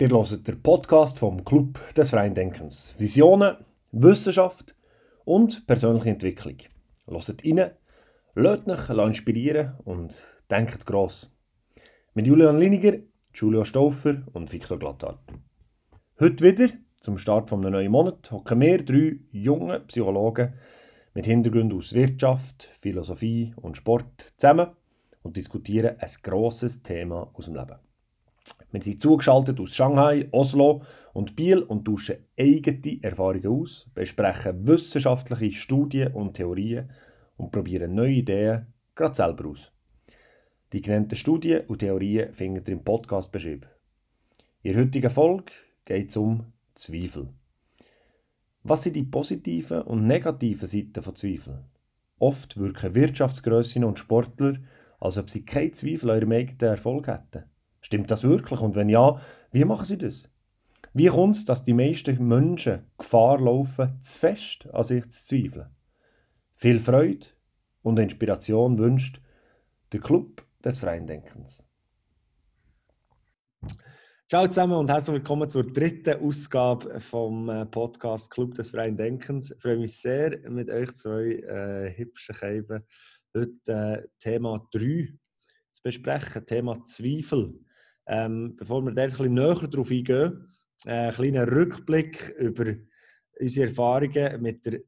Ihr hört den Podcast vom Club des Freien Denkens. Visionen, Wissenschaft und persönliche Entwicklung. Hört rein, lasst euch inspirieren und denkt gross. Mit Julian Liniger, Julio Stauffer und Viktor Glatthardt. Heute wieder, zum Start eines neuen Monats, hocken wir 3 junge Psychologen mit Hintergrund aus Wirtschaft, Philosophie und Sport zusammen und diskutieren ein grosses Thema aus dem Leben. Wir sind zugeschaltet aus Shanghai, Oslo und Biel und tauschen eigene Erfahrungen aus, besprechen wissenschaftliche Studien und Theorien und probieren neue Ideen gerade selber aus. Die genannten Studien und Theorien findet ihr im Podcast beschrieben. In der heutigen Folge geht es um Zweifel. Was sind die positiven und negativen Seiten von Zweifeln? Oft wirken Wirtschaftsgrössinnen und Sportler, als ob sie keinen Zweifel an ihrem eigenen Erfolg hätten. Stimmt das wirklich? Und wenn ja, wie machen sie das? Wie kommt es, dass die meisten Menschen Gefahr laufen, zu fest an sich zu zweifeln? Viel Freude und Inspiration wünscht der Club des Freien Denkens. Ciao zusammen und herzlich willkommen zur 3. Ausgabe vom Podcast Club des Freien Denkens. Ich freue mich sehr, mit euch 2 hübschen Keiben heute Thema 3 zu besprechen, Thema Zweifel. Bevor wir da ein bisschen näher darauf eingehen, ein kleiner Rückblick über unsere Erfahrungen mit der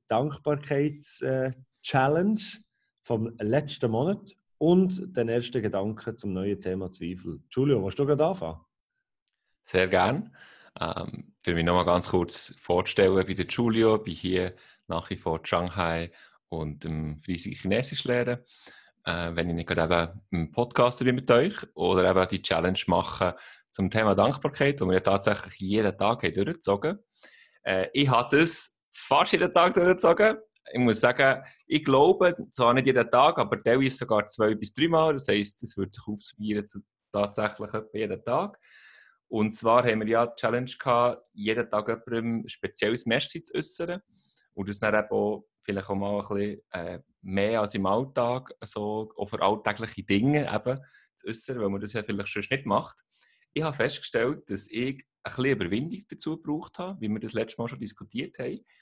Dankbarkeits-Challenge vom letzten Monat und den ersten Gedanken zum neuen Thema Zweifel. Julio, willst du gerade anfangen? Sehr gern. Für mich nochmal ganz kurz vorzustellen, ich bin der Julio, bin hier nach wie vor in Shanghai und fleissig Chinesisch lernen. Wenn ich nicht gerade eben im Podcast bin mit euch oder eben die Challenge machen zum Thema Dankbarkeit, wo wir ja tatsächlich jeden Tag durchgezogen haben. Ich habe das fast jeden Tag durchgezogen. Ich muss sagen, ich glaube, zwar nicht jeden Tag, aber teilweise sogar 2 bis 3 Mal. Das heisst, es wird sich aufsummieren zu tatsächlich etwa jeden Tag. Und zwar haben wir ja die Challenge gehabt, jeden Tag jemandem ein spezielles Merci zu äußern. Und das dann eben auch vielleicht auch mal ein bisschen mehr als im Alltag, also auch für alltägliche Dinge eben zu äußern, weil man das ja vielleicht schon nicht macht. Ich habe festgestellt, dass ich ein bisschen Überwindung dazu gebraucht habe, wie wir das letzte Mal schon diskutiert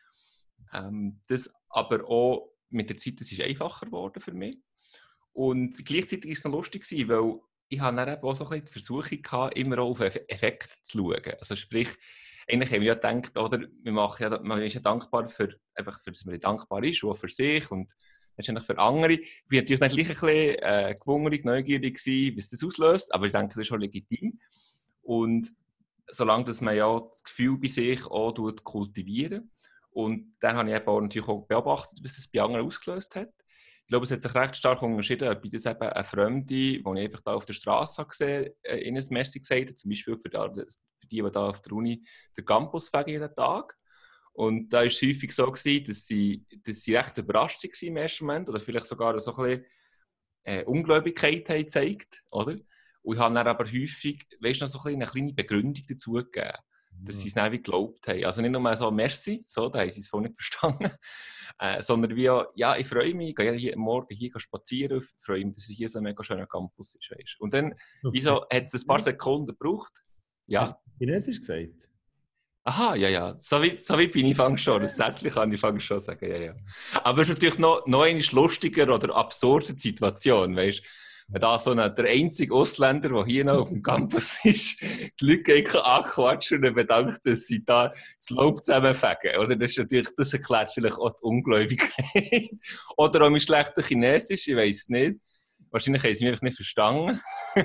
haben. Das aber auch mit der Zeit, das ist einfacher geworden für mich. Und gleichzeitig war es noch lustig, weil ich habe dann eben auch so ein bisschen die Versuchung gehabt, immer auch auf Effekte zu schauen. Also sprich, eigentlich haben wir ja gedacht, oder, man ist ja dankbar einfach für dass man dankbar ist, auch für sich und letztendlich für andere. Ich bin natürlich dann gleich ein bisschen gewungerig, neugierig gewesen, was das auslöst, aber ich denke, das ist schon legitim. Und solange dass man ja das Gefühl bei sich auch kultivieren. Und dann habe ich eben auch natürlich auch beobachtet, was das bei anderen ausgelöst hat. Ich glaube, es hat sich recht stark unterschieden, ob ich das eben eine Fremde, die ich einfach da auf der Straße gesehen habe, in ein Merci gesagt habe, zum Beispiel für die da auf der Uni den Campus fegen jeden Tag. Und da war es häufig so gewesen, dass sie recht überrascht waren im ersten Moment oder vielleicht sogar so ein bisschen Ungläubigkeit haben gezeigt, oder? Und ich habe dann aber häufig, weißt du, noch so eine kleine Begründung dazu gegeben, dass sie es dann wie geglaubt haben. Also nicht nur so «Merci», so, da haben sie es vorhin nicht verstanden, sondern wie auch, ja, ich freue mich, ich gehe hier morgen hier spazieren, ich freue mich, dass es hier so ein mega schöner Campus ist, weißt. Und dann, wieso hat es ein paar Sekunden gebraucht? Ja. Hast du Chinesisch gesagt? Aha, ja, ja. So weit bin ich schon. Das Sätzchen kann ich schon sagen, ja, ja. Aber es ist natürlich noch eine lustiger oder absurde Situation, weißt du? Wenn da der einzige Ausländer, der hier noch auf dem Campus ist, die Leute anquatschen und bedankt, dass sie da das Lob zusammenfegen. Oder? Das erklärt vielleicht auch die Ungläubigkeit. Oder auch mein schlechter Chinesisch, ich weiß es nicht. Wahrscheinlich haben sie mich einfach nicht verstanden.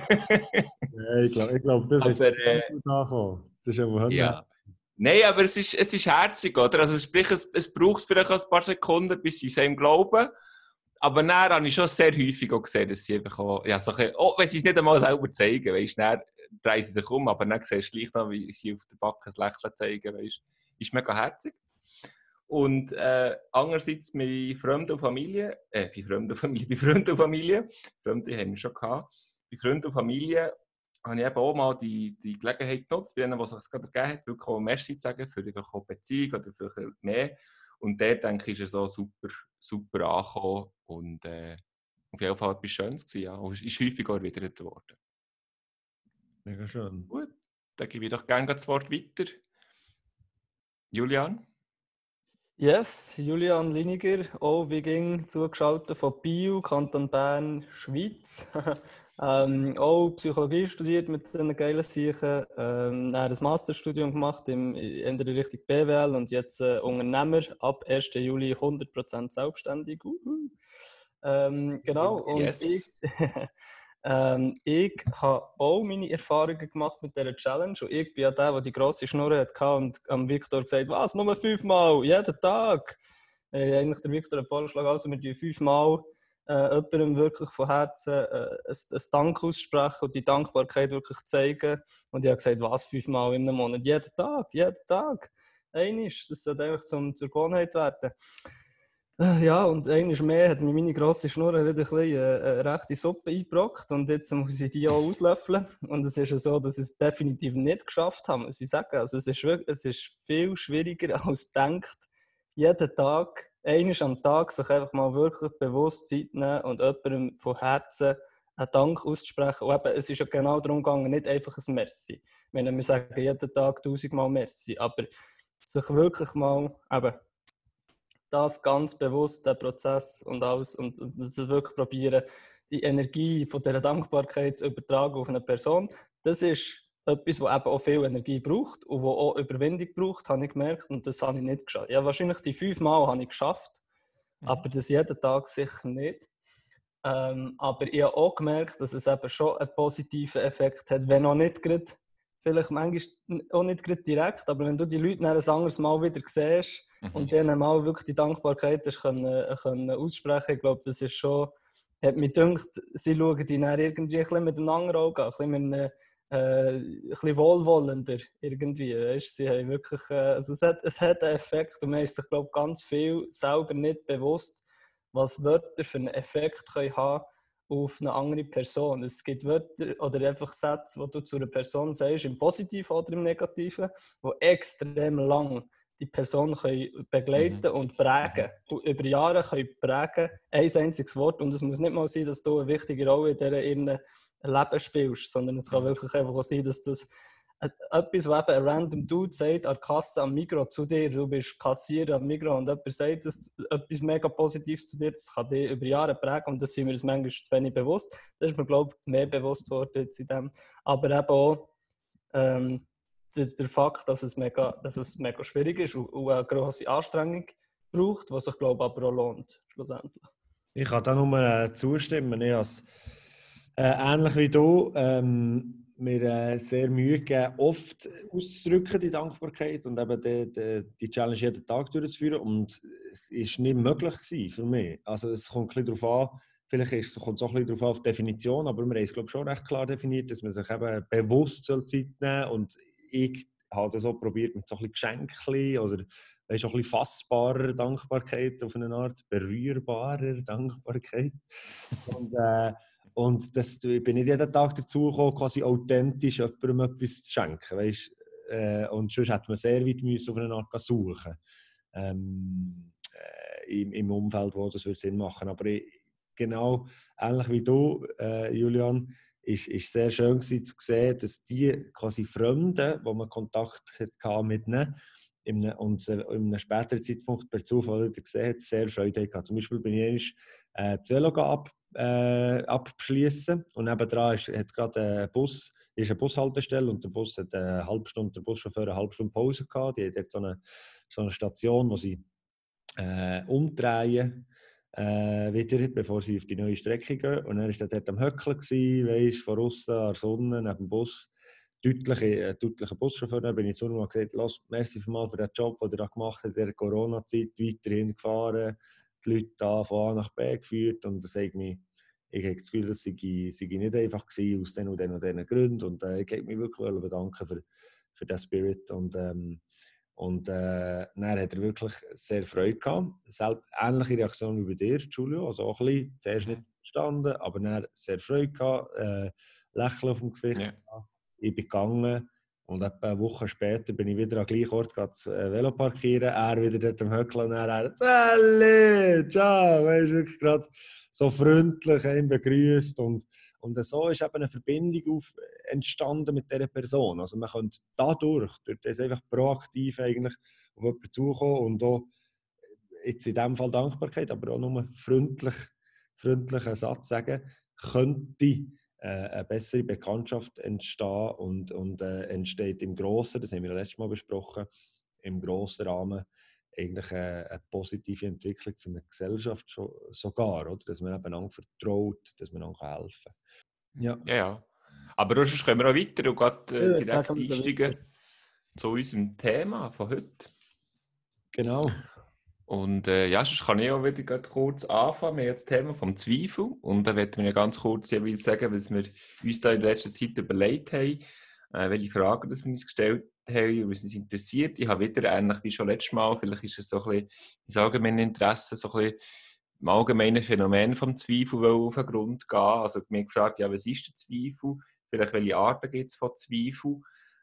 Ja, ich glaube, das ist gut angekommen. Das ist aber ja. Nein, aber es ist herzig, oder? Also sprich, es braucht vielleicht ein paar Sekunden, bis sie es einem glauben. Aber dann habe ich schon sehr häufig auch gesehen, dass sie einfach auch, ja, so wenn sie es nicht einmal selber zeigen, weißt du, dann drehen sie sich um, aber dann siehst du gleich noch, wie sie auf der Backe ein Lächeln zeigen, weißt du. Ist mega herzig. Und andererseits bei Freunden und Familie, Fremde haben wir schon gehabt, bei Freunden und Familie habe ich eben auch mal die Gelegenheit genutzt, bei denen, die sich gerade gegeben hat, wirklich auch Merci zu sagen für die Beziehung oder für mehr. Und der, denke ich, ist er so super angekommen und auf jeden Fall etwas Schönes gewesen. Ja. Und es ist häufig auch erwidert worden. Mega schön. Gut, dann gebe ich doch gerne das Wort weiter. Julian? Yes, Julian Liniger, auch wie ging zugeschaltet von Biel, Kanton Bern, Schweiz. Auch Psychologie studiert mit diesen geilen Sachen. Dann ein Masterstudium gemacht in der Richtung BWL und jetzt Unternehmer, ab 1. Juli 100% selbstständig. Genau, und Yes. ich habe auch meine Erfahrungen gemacht mit dieser Challenge und ich bin ja der die grosse Schnurr hatte und am Victor gesagt, was, nur 5-mal, jeden Tag? Eigentlich der Victor hat vorgeschlagen, also wir 5-mal jemandem wirklich von Herzen ein Dank aussprechen und die Dankbarkeit wirklich zeigen. Und ich habe gesagt, was, 5-mal in einem Monat? Jeden Tag. Einisch, das sollte eigentlich zur Gewohnheit werden. Ja, und einmal mehr hat mir meine grosse Schnur wieder ein bisschen eine rechte Suppe eingebrockt und jetzt muss ich die auch auslöffeln. Und es ist ja so, dass ich es definitiv nicht geschafft habe, muss ich sagen. Also es ist viel schwieriger als denkt, jeden Tag, einmal am Tag, sich einfach mal wirklich bewusst Zeit nehmen und jemandem von Herzen einen Dank auszusprechen. Und eben, es ist ja genau darum gegangen, nicht einfach ein Merci. Wenn wir sagen, jeden Tag 1000-mal Merci, aber sich wirklich mal eben das ganz bewusst, den Prozess und alles, und das wirklich probieren, die Energie von dieser Dankbarkeit zu übertragen auf eine Person. Das ist etwas, das eben auch viel Energie braucht und wo auch Überwindung braucht, habe ich gemerkt, und das habe ich nicht geschafft. Ja, wahrscheinlich die 5-mal habe ich geschafft, aber das jeden Tag sicher nicht. Aber ich habe auch gemerkt, dass es eben schon einen positiven Effekt hat, wenn auch nicht gerade, vielleicht manchmal auch nicht gerade direkt, aber wenn du die Leute dann ein anderes Mal wieder siehst und denen mal wirklich die Dankbarkeit können aussprechen, ich glaube, das ist schon, hat mich gedacht, sie schauen die dann irgendwie ein bisschen mit einem anderen Auge an, ein bisschen wohlwollender irgendwie, weißt? Sie haben wirklich, also es hat einen Effekt und man ist sich, glaube ich, ganz viel selber nicht bewusst, was Wörter für einen Effekt können haben auf eine andere Person. Es gibt Wörter oder einfach Sätze, die du zu einer Person sagst, im Positiven oder im Negativen, die extrem lang die Person können begleiten und prägen. Und über Jahre können prägen, ein einziges Wort. Und es muss nicht mal sein, dass du eine wichtige Rolle in ihrem Leben spielst, sondern es kann wirklich einfach auch sein, dass das etwas, was eben ein random Dude sagt an der Kasse am Migros zu dir, du bist Kassierer am Migros und jemand sagt das, etwas mega Positives zu dir, das kann dich über Jahre prägen und das sind wir uns manchmal zu wenig bewusst. Das ist mir, glaube ich, mehr bewusst geworden jetzt in dem. Aber eben auch der Fakt, dass es mega schwierig ist und eine grosse Anstrengung braucht, was sich, glaube ich, aber auch lohnt, schlussendlich. Ich kann da nur zustimmen. Ich habe es ähnlich wie du mir sehr Mühe gegeben, oft auszudrücken, die Dankbarkeit und eben die Challenge jeden Tag durchzuführen. Und es war nicht möglich gewesen für mich. Also es kommt ein bisschen darauf an, vielleicht kommt es auch ein bisschen darauf an, auf die Definition, aber wir haben es, glaube ich, schon recht klar definiert, dass man sich eben bewusst Zeit nehmen soll. Und ich habe das auch probiert mit so ein bisschen Geschenken oder weißt, auch ein bisschen fassbarer Dankbarkeit auf eine Art, berührbarer Dankbarkeit. Und ich bin nicht jeden Tag dazu gekommen, quasi authentisch jemandem etwas zu schenken. Weißt? Und sonst hätte man sehr weit müssen auf eine Art suchen im Umfeld, wo das Sinn machen würde. Aber genau ähnlich wie du, Julian, ist sehr schön gewesen, zu sehen, dass die quasi Fremden, wo man Kontakt hatte mit ihnen, und in einem späteren Zeitpunkt per Zufall wieder gesehen hat, sehr Freude gehabt. Zum Beispiel bin ich das Velo abschließen und nebenan hat gerade eine Bushaltestelle und der Bus hat eine halbe Stunde, der Buschauffeur eine halbe Stunde Pause gehabt. Die hat dort so eine Station, wo sie umdrehen wieder, bevor sie auf die neue Strecke gehen. Und dann war er dort am Höckeln, weißt, von außen an der Sonne, neben dem Bus. Deutlicher Buschauffeur. Dann bin ich zu ihm und gesagt, merci vielmals für den Job, den er da gemacht hat, in der Corona-Zeit weiterhin gefahren, die Leute da von A nach B geführt. Und das sagt mich, ich habe das Gefühl, das sei nicht einfach gewesen, aus den und den Gründen. Und ich habe mich wirklich bedanken für diesen Spirit. Und dann hat er wirklich sehr Freude gehabt. Ähnliche Reaktion wie bei dir, Giulio. Also auch ein bisschen, zuerst nicht verstanden, aber dann sehr Freude gehabt, Lächeln auf dem Gesicht. Ja. Ich bin gegangen Und etwa eine Woche später bin ich wieder am gleichen Ort das Velo parkieren, er wieder dort am Höckeln und er ciao, weißt du, wirklich gerade so freundlich ihn begrüßt und so ist eben eine Verbindung entstanden mit dieser Person. Also man könnte durch das einfach proaktiv eigentlich auf jemanden zukommen und auch jetzt in diesem Fall Dankbarkeit, aber auch nur freundlichen Satz sagen, könnte eine bessere Bekanntschaft entstehen und entsteht im Grossen, das haben wir letztes Mal besprochen, im grossen Rahmen eigentlich eine positive Entwicklung für eine Gesellschaft sogar, oder? Dass man einander vertraut, dass man einander helfen kann. Ja. Aber sonst können wir auch weiter und gerade direkt kommen wir einsteigen weiter. zu unserem Thema von heute. Genau. Und sonst kann ich auch wieder gerade kurz anfangen. Wir haben jetzt das Thema vom Zweifel und da werden wir ganz kurz jeweils sagen, was wir uns da in letzter Zeit überlegt haben, welche Fragen das wir uns gestellt haben und was uns interessiert. Ich habe wieder, ähnlich wie schon letztes Mal, vielleicht ist es so ein bisschen ins allgemeine Interesse, so ein bisschen im allgemeinen Phänomen vom Zweifel auf den Grund gehen. Also mir gefragt, ja, was ist der Zweifel? Vielleicht welche Arten gibt es von Zweifel?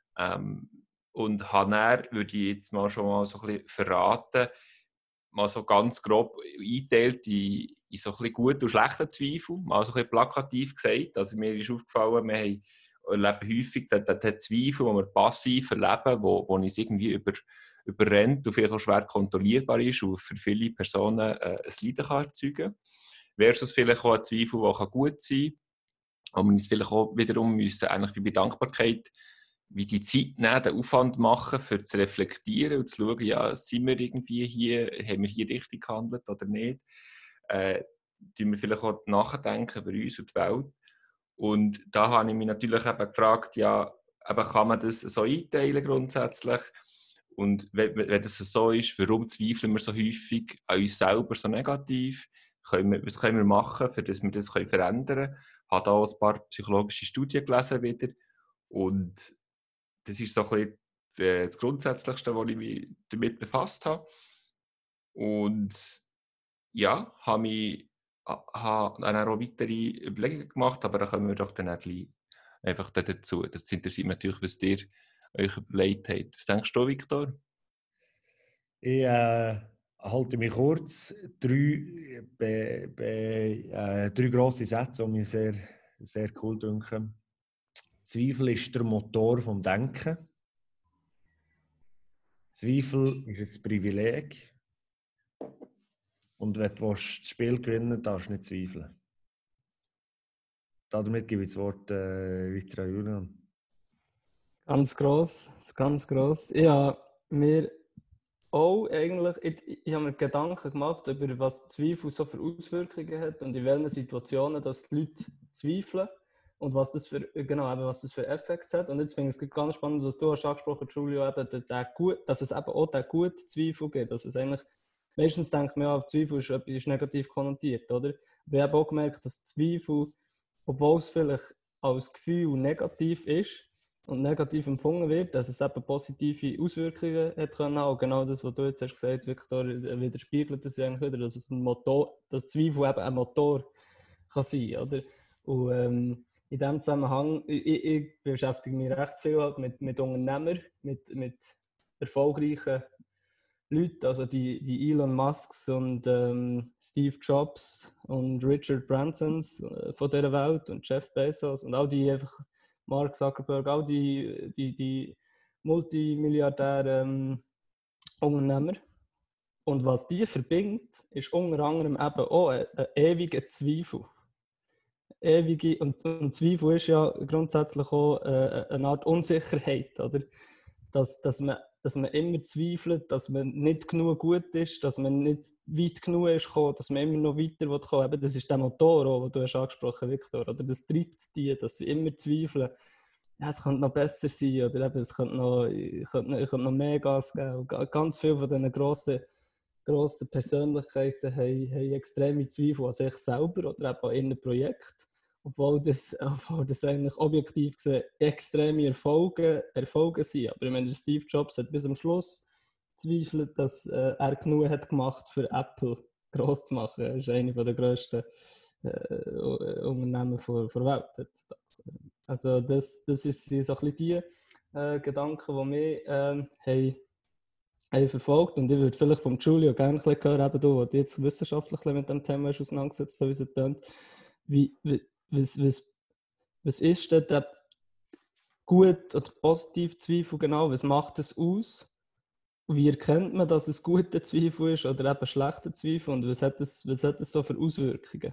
Und dann würde ich jetzt mal schon mal so ein bisschen verraten, mal so ganz grob eingeteilt in so ein bisschen gute und schlechte Zweifel, mal so ein bisschen plakativ gesagt. Also mir ist aufgefallen, wir erleben häufig den Zweifel, den wir passiv erleben, wo uns irgendwie überrennt und vielleicht auch schwer kontrollierbar ist und für viele Personen ein Leiden kann erzeugen. Versus vielleicht auch ein Zweifel, der gut sein kann. Und man uns vielleicht auch wiederum müsste, eigentlich wie bei Dankbarkeit, wie die Zeit nehmen, den Aufwand machen, für zu reflektieren und zu schauen, ja, sind wir irgendwie hier, haben wir hier richtig gehandelt oder nicht? Tun wir vielleicht auch nachdenken über uns und die Welt. Und da habe ich mich natürlich eben gefragt, ja, eben kann man das so einteilen grundsätzlich? Und wenn das so ist, warum zweifeln wir so häufig an uns selber so negativ? Was können wir machen, für dass wir das verändern können? Ich habe da ein paar psychologische Studien gelesen wieder. Und das ist so ein bisschen das Grundsätzlichste, was ich mich damit befasst habe. Und ja, habe dann auch weitere Überlegungen gemacht, aber da kommen wir doch dann auch gleich einfach dazu. Das interessiert mich natürlich, was ihr euch überlegt habt. Was denkst du, Viktor? Ich halte mich kurz. Drei grosse Sätze, die mir sehr, sehr cool dünken. Zweifel ist der Motor des Denken. Zweifel ist ein Privileg. Und wenn du das Spiel gewinnen willst, darfst du nicht zweifeln. Damit gebe ich das Wort weiter an Julian. Ganz gross. Ja, mir auch eigentlich, ich habe mir Gedanken gemacht, über was Zweifel so für Auswirkungen hat und in welchen Situationen dass die Leute zweifeln und was das für Effekte hat. Und jetzt finde ich es ganz spannend, was du hast angesprochen, Julio, eben, dass es eben auch den guten Zweifel gibt. Dass es eigentlich, meistens denkt man ja, Zweifel ist negativ konnotiert, oder? Aber ich habe auch gemerkt, dass Zweifel, obwohl es vielleicht als Gefühl negativ ist, und negativ empfunden wird, dass es eben positive Auswirkungen hat können haben. Genau das, was du jetzt hast gesagt, Viktor, widerspiegelt das eigentlich wieder, dass es das Zweifel eben ein Motor kann sein, oder? Und in diesem Zusammenhang, ich beschäftige mich recht viel halt mit Unternehmern, mit erfolgreichen Leuten, also die Elon Musks und Steve Jobs und Richard Bransons von dieser Welt und Jeff Bezos und all die einfach Mark Zuckerberg, all die Multimilliardären Unternehmer. Und was die verbindet, ist unter anderem eben auch ein ewiger Zweifel. Und Zweifel ist ja grundsätzlich auch eine Art Unsicherheit, oder? Dass man immer zweifelt, dass man nicht genug gut ist, dass man nicht weit genug ist gekommen, dass man immer noch weiter kommen will. Das ist der Motor, den du hast angesprochen, Viktor. Oder das treibt die, dass sie immer zweifeln. Ja, es könnte noch besser sein oder eben, ich könnte noch mehr Gas geben. Und ganz viele von diesen grossen Persönlichkeiten haben extreme Zweifel an sich selber oder eben an ihrem Projekt. Obwohl das eigentlich objektiv gesehen extreme Erfolge sind. Aber ich meine, Steve Jobs hat bis zum Schluss zweifelt, dass er genug hat gemacht für Apple gross zu machen. Er ist einer der grössten Unternehmen der Welt. Also das ist so ein bisschen die. Gedanken, die mich haben verfolgt. Und ich würde vielleicht vom Giulio gerne ein bisschen hören, eben du, der jetzt wissenschaftlich mit dem Thema auseinandergesetzt hat, wie es tönt. Was ist denn der gut oder positiv Zweifel genau? Was macht es aus? Wie erkennt man, dass es guter Zweifel ist oder eben schlechter Zweifel? Und was hat es so für Auswirkungen?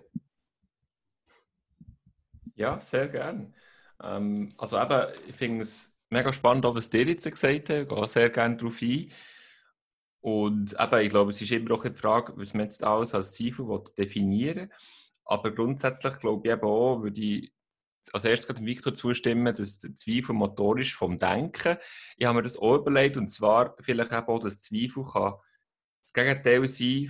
Ja, sehr gerne. Also eben, ich finde es mega spannend, was dir jetzt gesagt hat. Ich gehe sehr gerne darauf ein. Und eben, ich glaube, es ist immer auch die Frage, was man jetzt alles als Zweifel definieren will. Aber grundsätzlich glaube ich eben auch, würde ich als erstes dem Victor zustimmen, dass der Zweifel motorisch vom Denken. Ich habe mir das auch überlegt, und zwar vielleicht eben auch, dass Zweifel kann das Gegenteil sein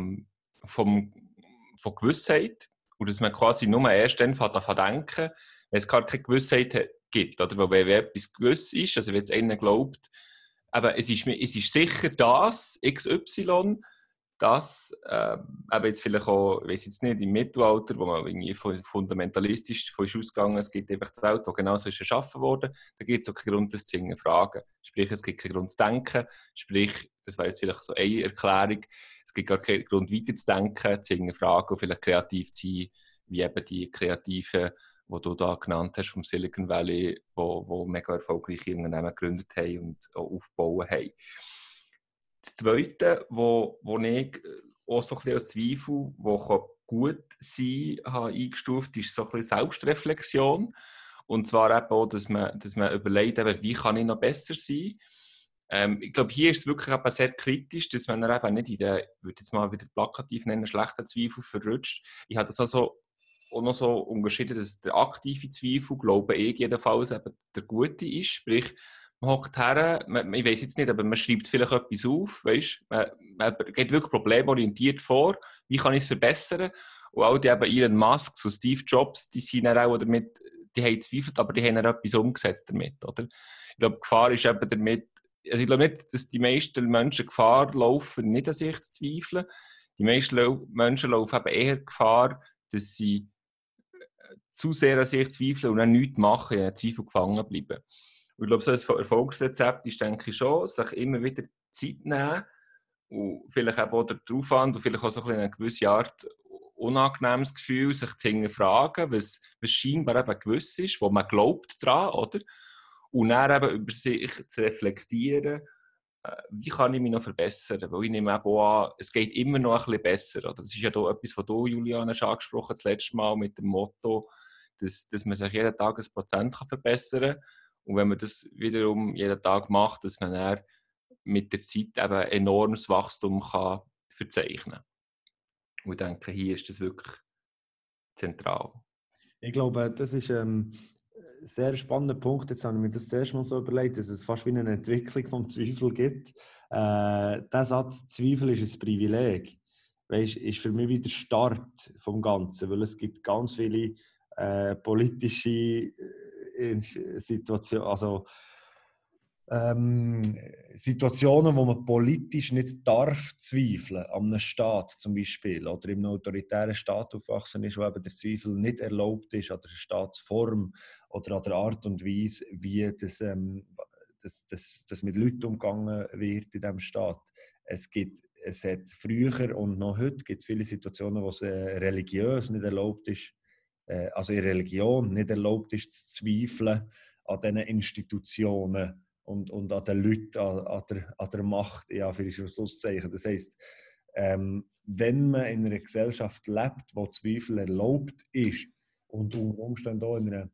von Gewissheit. Und dass man quasi nur erst dann anfängt zu denken, wenn es gar keine Gewissheit gibt. Oder? Weil wenn etwas gewiss ist, also wenn es einer glaubt, aber es ist sicher das, XY, das, aber jetzt vielleicht auch, ich weiß jetzt nicht, im Mittelalter, wo man irgendwie fundamentalistisch von ausgegangen, es gibt einfach die Welt, die genau so ist erschaffen worden, da gibt es auch keinen Grund, das zu hinterfragen. Sprich, es gibt keinen Grund zu denken, sprich, das wäre jetzt vielleicht so eine Erklärung, es gibt gar keinen Grund weiterzudenken, zu hinterfragen und vielleicht kreativ zu sein, wie eben die Kreativen, die du da genannt hast, vom Silicon Valley, wo mega erfolgreiche Unternehmen gegründet haben und auch aufgebaut haben. Das Zweite, wo ich auch so ein bisschen als Zweifel, wo gut sein kann, habe eingestuft, ist so ein bisschen Selbstreflexion. Und zwar eben auch, dass man überlegt, eben, wie kann ich noch besser sein. Ich glaube, hier ist es wirklich eben sehr kritisch, dass man eben nicht in den, ich würde jetzt mal wieder plakativ nennen, schlechten Zweifel verrutscht. Ich habe das also auch noch so unterschieden, dass der aktive Zweifel, glaube ich jedenfalls, eben der gute ist. Sprich, man hockt her, ich weiss jetzt nicht, aber man schreibt vielleicht etwas auf, weißt? Man geht wirklich problemorientiert vor, wie kann ich es verbessern? Und all die eben Elon Musk, so Steve Jobs, die sind dann auch damit, die haben gezweifelt, aber die haben dann etwas umgesetzt damit, oder? Ich glaube, die Gefahr ist eben damit, also ich glaube nicht, dass die meisten Menschen Gefahr laufen, nicht an sich zu zweifeln. Die meisten Menschen laufen eben eher Gefahr, dass sie zu sehr an sich zweifeln und dann nichts machen, in Zweifel gefangen bleiben. Und ich glaube, so ein Erfolgsrezept ist, denke ich schon, sich immer wieder Zeit nehmen und vielleicht auch der Aufwand und vielleicht auch so eine gewisse Art unangenehmes Gefühl, sich zu hinterfragen, was scheinbar eben gewiss ist, wo man glaubt dran, oder? Und dann eben über sich zu reflektieren, wie kann ich mich noch verbessern? Weil ich nehme auch an, es geht immer noch ein bisschen besser. Oder? Das ist ja da etwas, was du, Juliane, schon angesprochen hast, das letzte Mal mit dem Motto, dass man sich jeden Tag 1% verbessern kann. Und wenn man das wiederum jeden Tag macht, dass man dann mit der Zeit eben enormes Wachstum kann verzeichnen kann. Und ich denke, hier ist das wirklich zentral. Ich glaube, das ist ein sehr spannender Punkt. Jetzt habe ich mir das zuerst mal so überlegt, dass es fast wie eine Entwicklung vom Zweifel gibt. Der Satz, Zweifel ist ein Privileg, weißt, ist für mich wieder der Start vom Ganzen, weil es gibt ganz viele politische Situationen, also Situationen, wo man politisch nicht darf zweifeln, an einem Staat zum Beispiel, oder im autoritären Staat aufwachsen ist, wo eben der Zweifel nicht erlaubt ist, an der Staatsform oder an der Art und Weise, wie das mit Leuten umgegangen wird in diesem Staat. Es hat früher und noch heute gibt es viele Situationen, wo es religiös nicht erlaubt ist, also in Religion nicht erlaubt ist, zu zweifeln an diesen Institutionen und an den Leuten, an der Macht, ja, für die Schlusszeichen. Das heisst, wenn man in einer Gesellschaft lebt, wo Zweifel erlaubt ist und unter Umständen auch in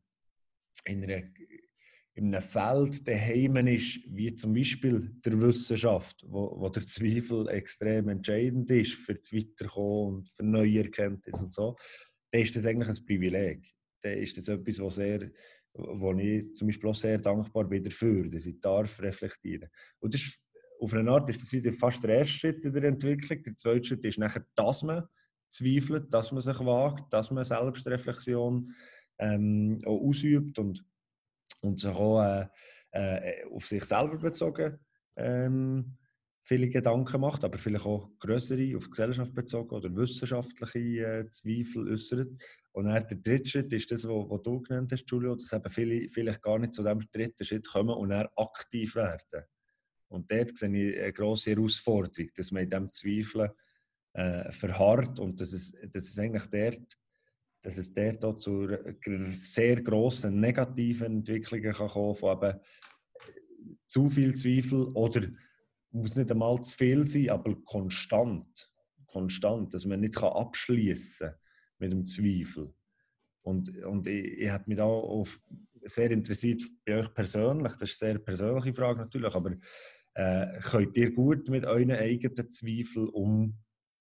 einem Feld daheim ist, wie zum Beispiel der Wissenschaft, wo der Zweifel extrem entscheidend ist für das Weiterkommen und für neue Erkenntnisse und so, dann ist das eigentlich ein Privileg. Dann ist das etwas, wo ich zum Beispiel auch sehr dankbar bin dafür, dass ich darf reflektieren. Und das ist, auf eine Art ist das wieder fast der erste Schritt in der Entwicklung. Der zweite Schritt ist nachher, dass man zweifelt, dass man sich wagt, dass man Selbstreflexion auch ausübt und sich auch auf sich selber bezogen viele Gedanken macht, aber vielleicht auch grössere, auf die Gesellschaft bezogen oder wissenschaftliche Zweifel äußert. Und dann der dritte Schritt ist das, was du genannt hast, Giulio, dass eben viele vielleicht gar nicht zu dem dritten Schritt kommen und dann aktiv werden. Und dort sehe ich eine grosse Herausforderung, dass man in diesem Zweifeln verharrt und dass es eigentlich dort auch zu sehr grossen negativen Entwicklungen kann kommen, von eben zu viel Zweifel oder muss nicht einmal zu viel sein, aber konstant, dass man nicht abschließen kann mit dem Zweifel. Und ich habe mich da sehr interessiert bei euch persönlich, das ist eine sehr persönliche Frage natürlich, aber könnt ihr gut mit euren eigenen Zweifeln umgehen?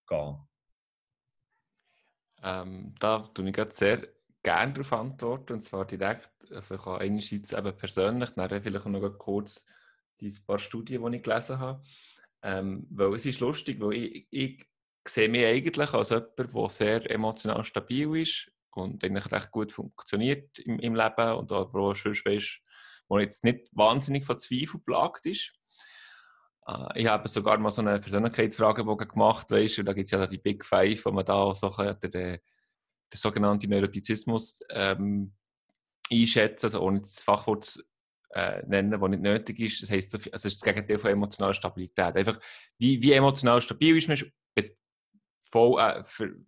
Da tue ich gerade sehr gerne darauf antworten, und zwar direkt. Also ich habe einerseits eben persönlich, dann vielleicht noch kurz die paar Studien, die ich gelesen habe. Weil es ist lustig, weil ich sehe mich eigentlich als jemand, der sehr emotional stabil ist und eigentlich recht gut funktioniert im Leben und auch sonst weißt, wo jetzt nicht wahnsinnig von Zweifel plagt ist. Ich habe sogar mal so eine Persönlichkeitsfragebogen gemacht, weißt, und da gibt es ja die Big Five, wo man da so den sogenannten Neurotizismus einschätzen, also ohne das Fachwort zu nennen, das nicht nötig ist. Das heisst, also es ist das Gegenteil von emotionaler Stabilität. Einfach, wie emotional stabil ist man voll,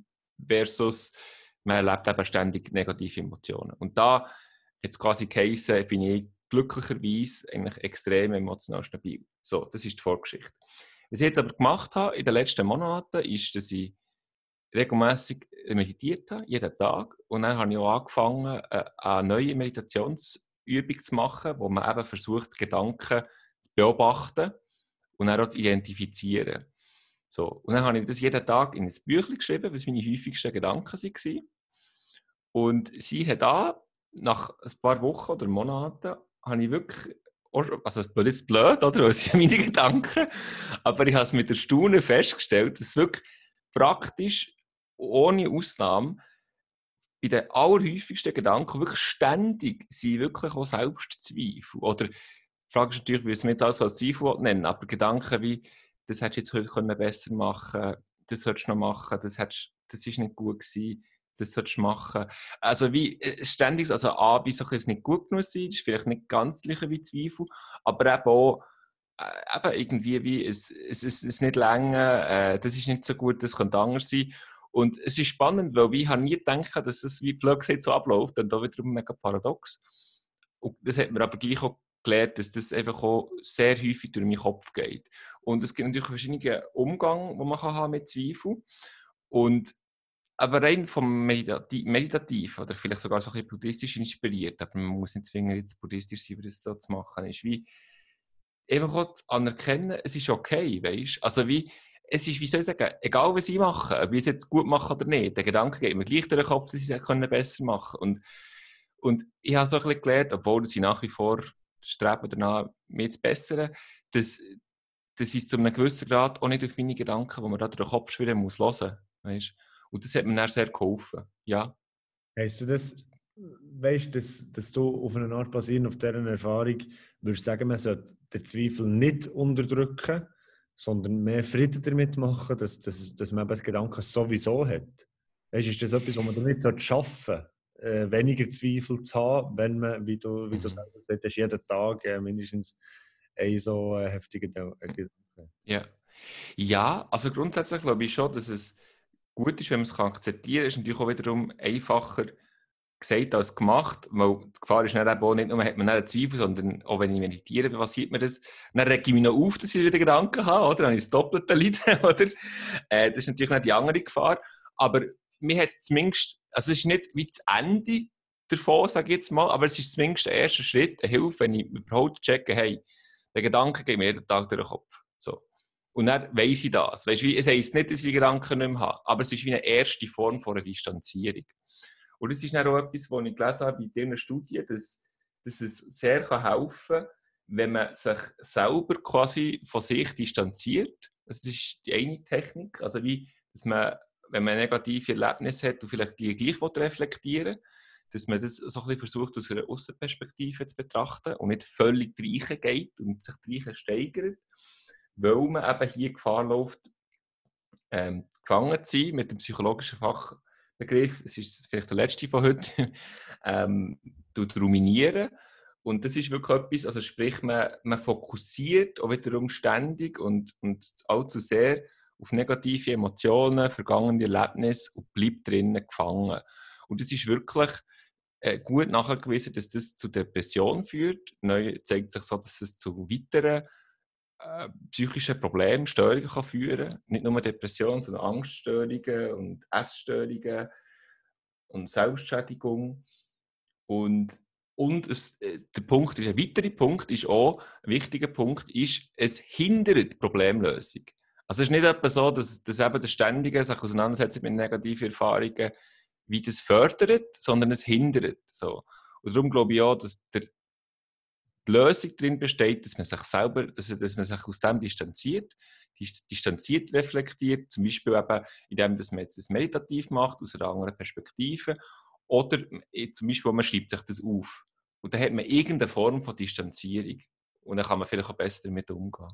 versus man erlebt eben ständig negative Emotionen. Und da jetzt quasi geheissen, bin ich glücklicherweise eigentlich extrem emotional stabil. So, das ist die Vorgeschichte. Was ich jetzt aber gemacht habe in den letzten Monaten, ist, dass ich regelmässig meditiert habe, jeden Tag. Und dann habe ich auch angefangen, eine neue Meditationsübung zu machen, wo man eben versucht, Gedanken zu beobachten und dann auch zu identifizieren. So. Und dann habe ich das jeden Tag in ein Büchlein geschrieben, was meine häufigsten Gedanken waren. Und sie hat da, nach ein paar Wochen oder Monaten, habe ich wirklich, also es ist jetzt blöd, oder? Das sind meine Gedanken, aber ich habe es mit Erstaunen festgestellt, dass wirklich praktisch, ohne Ausnahme, bei den allerhäufigsten Gedanken wirklich ständig sind wirklich auch Selbstzweifel. Oder die Frage ist natürlich, wie es mir jetzt alles als Zweifel nennen, aber Gedanken wie, das hättest du jetzt heute besser machen können, das solltest du noch machen, das ist nicht gut gewesen, das solltest du machen. Also wie ständig, also A, wie soll es nicht gut genug sein, das ist vielleicht nicht ganz gleich wie Zweifel, aber eben auch eben irgendwie wie, es ist nicht lange, das ist nicht so gut, das könnte anders sein. Und es ist spannend, weil ich habe nie gedacht, dass das wie blöd gesagt so abläuft, und da wiederum mega paradox. Und das hat mir aber gleich auch gelernt, dass das einfach auch sehr häufig durch meinen Kopf geht. Und es gibt natürlich verschiedene Umgänge, die man haben mit Zweifeln. Und aber rein vom Meditativ oder vielleicht sogar so ein bisschen buddhistisch inspiriert, aber man muss nicht zwingend jetzt buddhistisch sein, um das so zu machen, ist wie einfach auch zu anerkennen, es ist okay, weißt? Also wie, es ist, wie soll ich sagen, egal was ich mache, ob ich es jetzt gut mache oder nicht, der Gedanke geht mir gleich durch den Kopf, dass ich es besser machen kann. Und ich habe so ein bisschen gelernt, obwohl ich nach wie vor strebe danach, mich zu bessern, dass ich zu einem gewissen Grad auch nicht auf meine Gedanken, die man da durch den Kopf schwirren muss, hören, weißt? Und das hat mir dann sehr geholfen, ja. Heißt du das, weißt, dass du auf eine Art basierend auf dieser Erfahrung würdest sagen, man sollte den Zweifel nicht unterdrücken, sondern mehr Frieden damit machen, dass man eben die Gedanken sowieso hat? Weißt, ist das etwas, was man damit schaffen sollte, weniger Zweifel zu haben, wenn man, wie du selber gesagt hast, jeden Tag mindestens einen so heftigen Gedanken hat? Ja. Ja, also grundsätzlich glaube ich schon, dass es gut ist, wenn man es akzeptieren kann. Es ist natürlich auch wiederum einfacher gesagt als gemacht, weil die Gefahr ist dann eben auch nicht nur, hat man einen Zweifel, sondern auch wenn ich meditiere, passiert mir das. Dann rege ich mich noch auf, dass ich wieder Gedanken habe, oder? Dann habe ich das doppelte Leiden, oder? Das ist natürlich nicht die andere Gefahr. Aber mir hat es zumindest, also es ist nicht wie das Ende davon, sage ich jetzt mal, aber es ist zumindest der erste Schritt, eine Hilfe, wenn ich überhaupt checke, hey, der Gedanke geht mir jeden Tag durch den Kopf. So. Und dann weiss ich das. Weißt, es heisst nicht, dass ich die Gedanken nicht mehr habe, aber es ist wie eine erste Form von einer Distanzierung. Und das ist dann auch etwas, was ich gelesen habe bei dieser Studie, dass es sehr helfen kann, wenn man sich selber quasi von sich distanziert. Das ist die eine Technik. Also wie, dass man, wenn man negative Erlebnisse hat und vielleicht die gleich reflektieren will, dass man das so ein bisschen versucht, aus einer Aussenperspektive zu betrachten und nicht völlig reingeht und sich steigert, weil man eben hier Gefahr läuft, gefangen zu sein, mit dem psychologischen Begriff, es ist vielleicht der letzte von heute, ruminieren. Und das ist wirklich etwas, also sprich, man fokussiert auch wiederum ständig und allzu sehr auf negative Emotionen, vergangene Erlebnisse und bleibt drinnen gefangen. Und es ist wirklich gut nachgewiesen, dass das zu Depression führt. Neu zeigt sich so, dass es zu weiteren psychischen Problemen, Störungen kann führen. Nicht nur Depressionen, sondern Angststörungen und Essstörungen und Selbstschädigung. Und der Punkt, ein weiterer Punkt ist auch, ein wichtiger Punkt ist, es hindert die Problemlösung. Also es ist nicht etwa so, dass eben das ständige sich auseinandersetzen mit negativen Erfahrungen wie das fördert, sondern es hindert. So. Und darum glaube ich auch, dass die Lösung darin besteht, dass man sich selber, dass man sich aus dem distanziert reflektiert, zum Beispiel eben, indem man jetzt das meditativ macht, aus einer anderen Perspektive, oder zum Beispiel, man schreibt sich das auf. Und dann hat man irgendeine Form von Distanzierung. Und dann kann man vielleicht auch besser damit umgehen.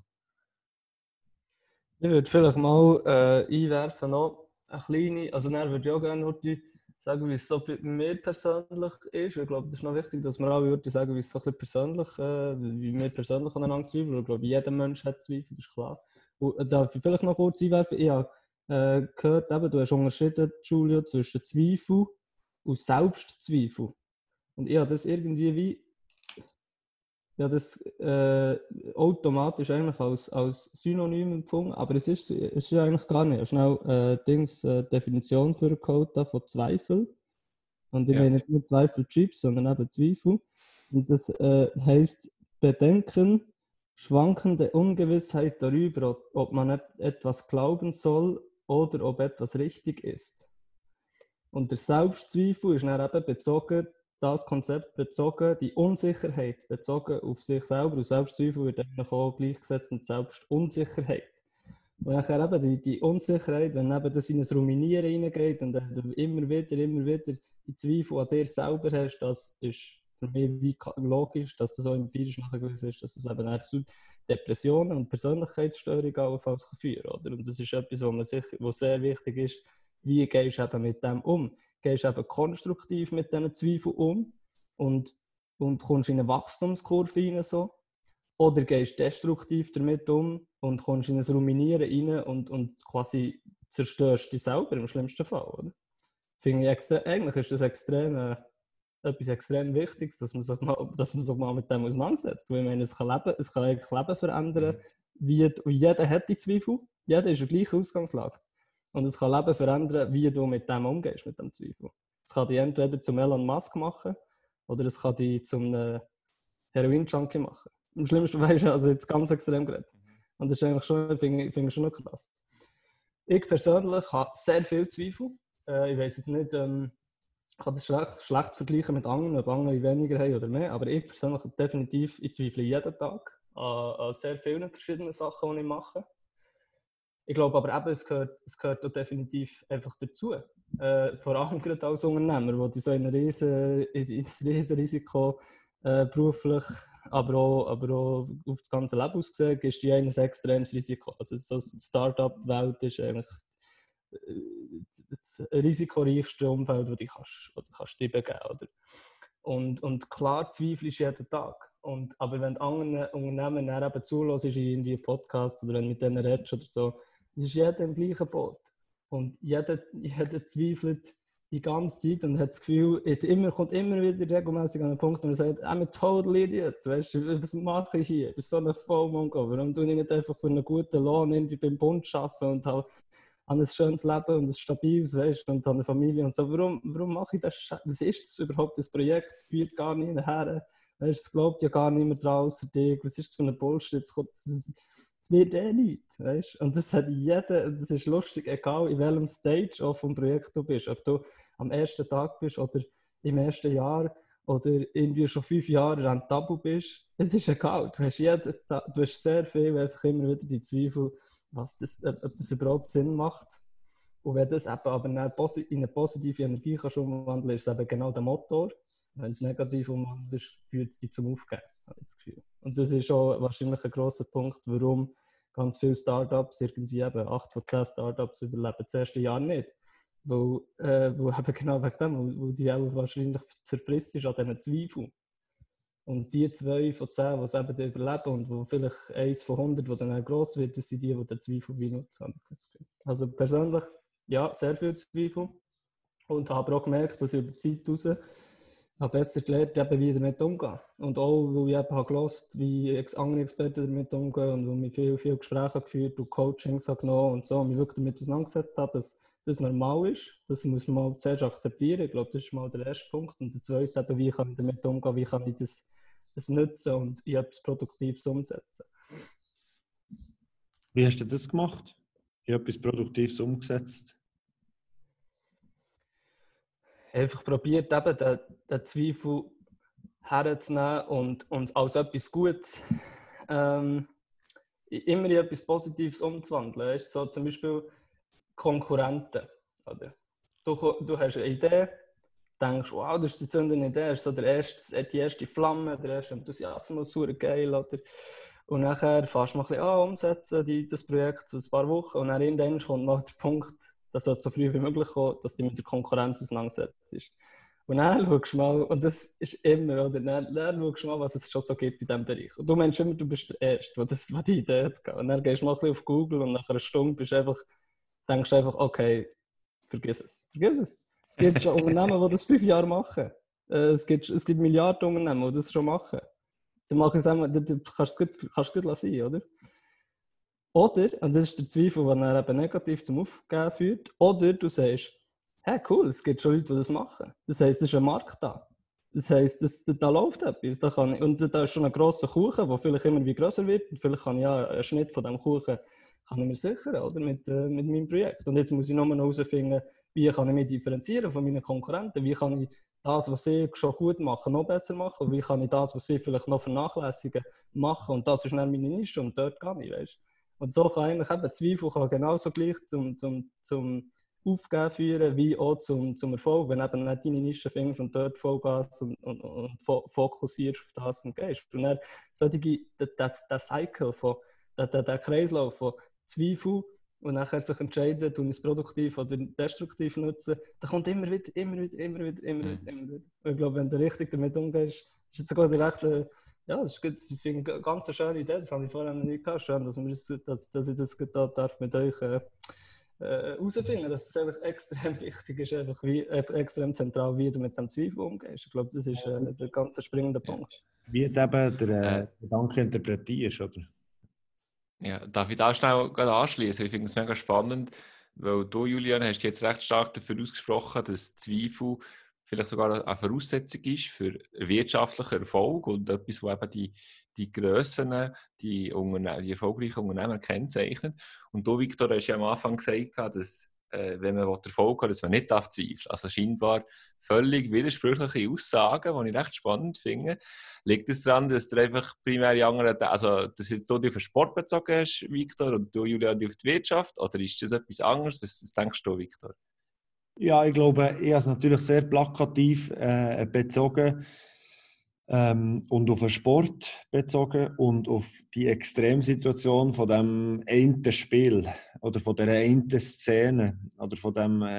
Ich würde vielleicht mal einwerfen noch eine kleine, also dann würde ich auch gerne heute sagen, wie es so bei mir persönlich ist. Ich glaube, das ist noch wichtig, dass wir alle würden sagen, wie es so ein bisschen persönlich, wie wir persönlich aneinander zweifeln. Ich glaube, jeder Mensch hat Zweifel, das ist klar. Und darf ich vielleicht noch kurz einwerfen? Ich habe gehört, eben, du hast unterschieden, Giulio, zwischen Zweifel und Selbstzweifel. Und ich habe das irgendwie wie automatisch eigentlich als Synonym empfunden, aber es ist eigentlich gar nicht. Ich habe schnell Definition für den Code von Zweifel. Und ich meine jetzt nicht Zweifel-Chips, sondern eben Zweifel. Und das heisst Bedenken, schwankende Ungewissheit darüber, ob man etwas glauben soll oder ob etwas richtig ist. Und der Selbstzweifel ist dann eben bezogen, das Konzept bezogen, die Unsicherheit bezogen auf sich selber. Und Selbstzweifel wird eigentlich auch gleichgesetzt mit Selbstunsicherheit. Und nachher eben die Unsicherheit, wenn eben das in ein Ruminieren hineingeht und dann du immer wieder die Zweifel an dir selber hast, das ist für mich wie logisch, dass das auch empirisch nachgewiesen ist, dass das eben auch zu Depressionen und Persönlichkeitsstörungen allenfalls führen kann. Oder? Und das ist etwas, was sehr wichtig ist, wie gehst du eben mit dem um? Gehst du eben konstruktiv mit diesen Zweifeln um und kommst in eine Wachstumskurve rein, so? Oder gehst du destruktiv damit um und kommst in ein Ruminieren rein und quasi zerstörst dich selber im schlimmsten Fall, oder? Finde ich eigentlich ist das etwas extrem Wichtiges, dass man sich mal mit dem auseinandersetzt. Weil ich meine, es kann eigentlich Leben verändern. Jeder hat die Zweifel, jeder ist in der gleichen Ausgangslage. Und es kann Leben verändern, wie du mit dem umgehst, mit dem Zweifel. Es kann dich entweder zum Elon Musk machen oder es kann dich zum Heroin-Junkie machen. Am schlimmsten weißt du, also jetzt ganz extrem geredet. Und das ist eigentlich schon, finde ich schon noch krass. Ich persönlich habe sehr viel Zweifel. Ich weiss jetzt nicht, ich kann das schlecht vergleichen mit anderen, ob andere weniger haben oder mehr, aber ich persönlich definitiv, ich zweifle jeden Tag an sehr vielen verschiedenen Sachen, die ich mache. Ich glaube aber eben, es gehört auch definitiv einfach dazu. Vor allem gerade als Unternehmer, die so in ein riesen Risiko beruflich, aber auch auf das ganze Leben ausgesehen, ist die ein extremes Risiko. Also so die Start-up-Welt ist eigentlich das risikoreichste Umfeld, das du kannst begeben, oder? Und klar zweifelst du jeden Tag. Aber wenn andere Unternehmen dann eben zulassen, ist in irgendwie ein Podcast oder wenn du mit denen redest oder so, es ist jeder im gleichen Boot. Und jeder zweifelt die ganze Zeit und hat das Gefühl, kommt immer wieder regelmäßig an einen Punkt, wo er sagt, I'm a total idiot, weißt du, was mache ich hier? Ich bin so ein Vollmongo. Warum tue ich nicht einfach für einen guten Lohn irgendwie beim Bund arbeiten und habe ein schönes Leben und ein stabiles, weißt du, und habe eine Familie und so. Warum mache ich das? Was ist das überhaupt, das Projekt? Führt gar nicht her. Weißt du, es glaubt ja gar niemand dran außer dich. Was ist das für ein Bullshit? Es wird nichts, weißt du? Und das hat jeder, das ist lustig, egal in welchem Stage auch vom Projekt du bist. Ob du am ersten Tag bist oder im ersten Jahr oder irgendwie schon 5 Jahre rentabel bist. Es ist egal. Du hast sehr viel, einfach immer wieder die Zweifel, ob das überhaupt Sinn macht. Und wenn das eben aber in eine positive Energie kannst umwandeln, ist es eben genau der Motor. Wenn es negativ umwandelt ist, führt es dich zum Aufgeben, habe ich das Gefühl. Und das ist auch wahrscheinlich ein grosser Punkt, warum ganz viele Startups, irgendwie eben 8 von 10 Startups überleben das erste Jahr nicht. Weil eben genau wegen dem, weil die auch wahrscheinlich zerfrisst ist an diesen Zweifeln. Und die 2 von 10, die es eben dann überleben und wo vielleicht 1 von 100, die dann auch gross wird, das sind die den Zweifel wie nutzen. Habe ich das Gefühl. Also persönlich, ja, sehr viel Zweifel. Und habe auch gemerkt, dass ich über die Zeit raus habe besser gelernt, eben, wie damit umgehen. Und auch, weil ich eben habe gehört, wie andere Experten damit umgehen und weil ich viele Gespräche geführt und Coachings habe genommen und so, und mich wirklich damit auseinandergesetzt habe, dass das normal ist. Das muss man mal zuerst akzeptieren. Ich glaube, das ist mal der erste Punkt. Und der zweite, eben, wie kann ich damit umgehen, wie kann ich das nutzen und in etwas Produktives umsetzen. Wie hast du das gemacht? Ich habe etwas Produktives umgesetzt. Einfach probiert, eben den Zweifel herzunehmen und als etwas Gutes immer in etwas Positives umzuwandeln. Weißt? So zum Beispiel Konkurrenten. Oder? Du hast eine Idee, denkst, wow, das ist die zündende Idee, das ist so die erste Flamme, der erste Enthusiasmus, super geil. Oder? Und nachher fährst du mal ein bisschen umsetzen, das Projekt, so ein paar Wochen. Und dann irgendwann kommt noch der Punkt, dass so früh wie möglich kommt, dass du mit der Konkurrenz auseinandersetzt. Und dann schaust du mal, und das ist immer, oder? Dann schaust du mal, was es schon so gibt in diesem Bereich. Und du meinst immer, du bist der Erste, der die Idee hat. Und dann gehst du mal ein bisschen auf Google und nach einer Stunde denkst du einfach, okay, vergiss es. Es gibt schon Unternehmen, die das 5 Jahre machen. Es gibt Milliarden Unternehmen, die das schon machen. Dann mach ich es einmal, dann kannst du es gut lassen, oder? Oder, und das ist der Zweifel, der dann eben negativ zum Aufgeben führt, oder du sagst, hey cool, es gibt schon Leute, die das machen. Das heisst, es ist ein Markt da. Das heisst, da läuft etwas. Und da ist schon ein grosser Kuchen, der vielleicht immer wie grösser wird. Und vielleicht kann ich ja einen Schnitt von diesem Kuchen kann ich mir sichern, oder? Mit meinem Projekt. Und jetzt muss ich nur noch herausfinden, wie kann ich mich differenzieren von meinen Konkurrenten, wie kann ich das, was sie schon gut machen, noch besser machen und wie kann ich das, was sie vielleicht noch vernachlässigen, machen. Und das ist dann meine Nische und dort gehe ich, weißt? Und so kann eigentlich eben Zweifel kann genauso gleich zum Aufgeben führen, wie auch zum Erfolg, wenn du eben nicht deine Nische findest und dort Vollgas und fokussierst auf das und gehst. Und dann der Cycle, der Kreislauf von Zweifel und nachher sich entscheiden, tun es produktiv oder destruktiv nutzen, da kommt immer wieder. Und ich glaube, wenn du richtig damit umgehst, ist jetzt sogar die rechte, ja, das ist gut, ich finde eine ganz schöne Idee, das habe ich vorher noch nicht gehabt. Schön, dass ich das darf mit euch herausfinden, dass es einfach extrem wichtig ist, einfach extrem zentral, wie du mit dem Zweifel umgehst. Ich glaube, das ist der ganz springende Punkt. Wie du eben den Gedanken interpretierst, oder? Ja, darf ich da schnell anschließen? Ich finde es mega spannend, weil du, Julian, hast jetzt recht stark dafür ausgesprochen, dass Zweifel vielleicht sogar eine Voraussetzung ist für wirtschaftlichen Erfolg und etwas, wo eben die Grössen, die erfolgreichen Unternehmer kennzeichnet. Und du, Victor, hast ja am Anfang gesagt, dass wenn man Erfolg hat, dass man nicht zweifeln darf. Also scheinbar völlig widersprüchliche Aussagen, die ich recht spannend finde. Liegt es daran, dass du einfach primär die anderen, also dass jetzt du dich auf den Sport bezogen hast, Victor, und du, Julian, auf die Wirtschaft? Oder ist das etwas anderes? Was denkst du, Victor? Ja, ich glaube, ich habe es natürlich sehr plakativ bezogen und auf den Sport bezogen und auf die Extremsituation von dem einen Spiel oder von der einen Szene oder von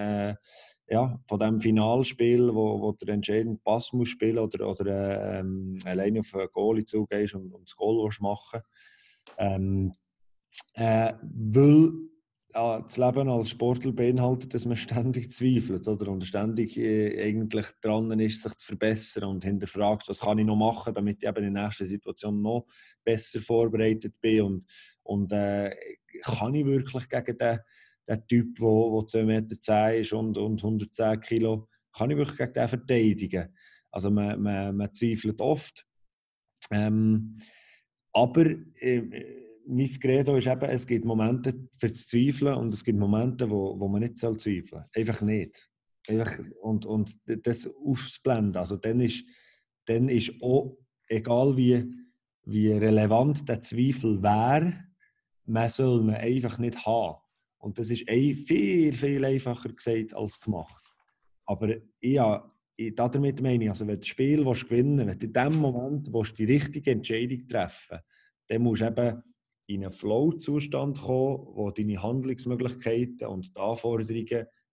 dem Finalspiel, wo der entscheidende Pass muss spielen oder alleine auf einen Goalie zugehst und das Goal machen weil das Leben als Sportler beinhaltet, dass man ständig zweifelt, oder? Und ständig eigentlich dran ist, sich zu verbessern und hinterfragt, was kann ich noch machen, damit ich eben in der nächsten Situation noch besser vorbereitet bin und kann ich wirklich gegen den Typ, der 2,10 Meter ist und 110 Kilo, kann ich wirklich gegen den verteidigen? Also man zweifelt oft. Aber mein Credo ist eben, es gibt Momente für das Zweifeln und es gibt Momente, wo man nicht zweifeln soll. Einfach nicht. Und das ausblenden. Also dann ist auch, egal wie relevant der Zweifel wäre, man soll ihn einfach nicht haben. Und das ist viel, viel einfacher gesagt als gemacht. Aber damit meine ich, also wenn du das Spiel gewinnen willst, wenn du in dem Moment die richtige Entscheidung treffen willst, dann musst du eben in einen Flow-Zustand kommen, wo deine Handlungsmöglichkeiten und die Anforderungen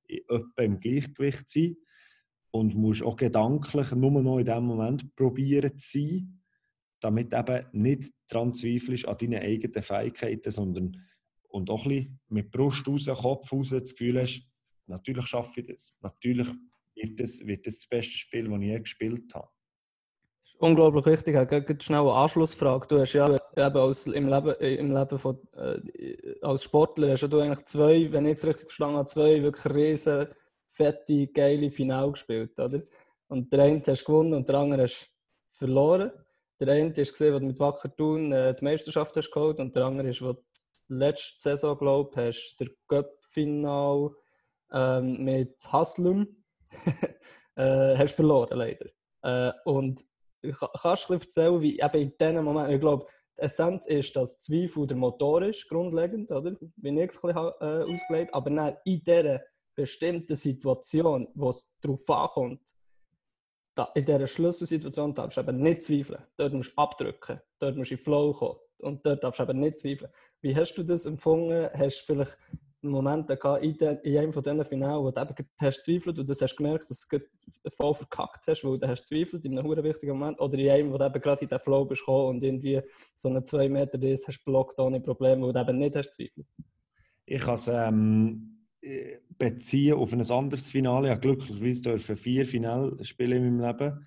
etwa im Gleichgewicht sein und musst auch gedanklich nur noch in dem Moment probieren zu sein, damit eben nicht daran zweifelst an deinen eigenen Fähigkeiten, sondern und auch ein bisschen mit Brust raus, Kopf raus das Gefühl hast, natürlich schaffe ich das. Natürlich wird das beste Spiel, das ich je gespielt habe. Das ist unglaublich wichtig. Ich habe gerade schnell eine Anschlussfrage. Du hast ja eben im Leben von, als Sportler hast ja du eigentlich zwei, wenn ich es richtig verstanden habe, zwei wirklich riesen, fette, geile Finale gespielt, oder? Und der eine hast gewonnen und der andere hast verloren. Der eine ist gesehen, wo du mit Wacker Thun die Meisterschaft hast geholt, und der andere ist, wo du letzte Saison, glaube ich, hast der Cup-Final mit Haslum hast verloren, leider. Und kannst du erzählen, wie eben in diesem Moment, ich glaube, die Essenz ist, dass Zweifel der Motor ist, grundlegend, oder? Wie ich es ein bisschen ausgelegt habe. Aber dann in dieser bestimmten Situation, wo es darauf ankommt, in dieser Schlüsselsituation darfst du eben nicht zweifeln. Dort musst du abdrücken, dort musst du in den Flow kommen und dort darfst du eben nicht zweifeln. Wie hast du das empfunden? Hast du vielleicht Momente gehabt in einem von diesen Finalen, wo du eben hast zweifelt und das hast gemerkt, dass du voll verkackt hast, weil du hast zweifelt in einem sehr wichtigen Moment, oder in einem, wo du eben gerade in den Flow bist gekommen und irgendwie so einen 2 Meter Riss hast blockt ohne Probleme, wo du eben nicht hast zweifelt? Ich kann es beziehen auf ein anderes Finale. Ich habe glücklicherweise 4 Finale spielen in meinem Leben.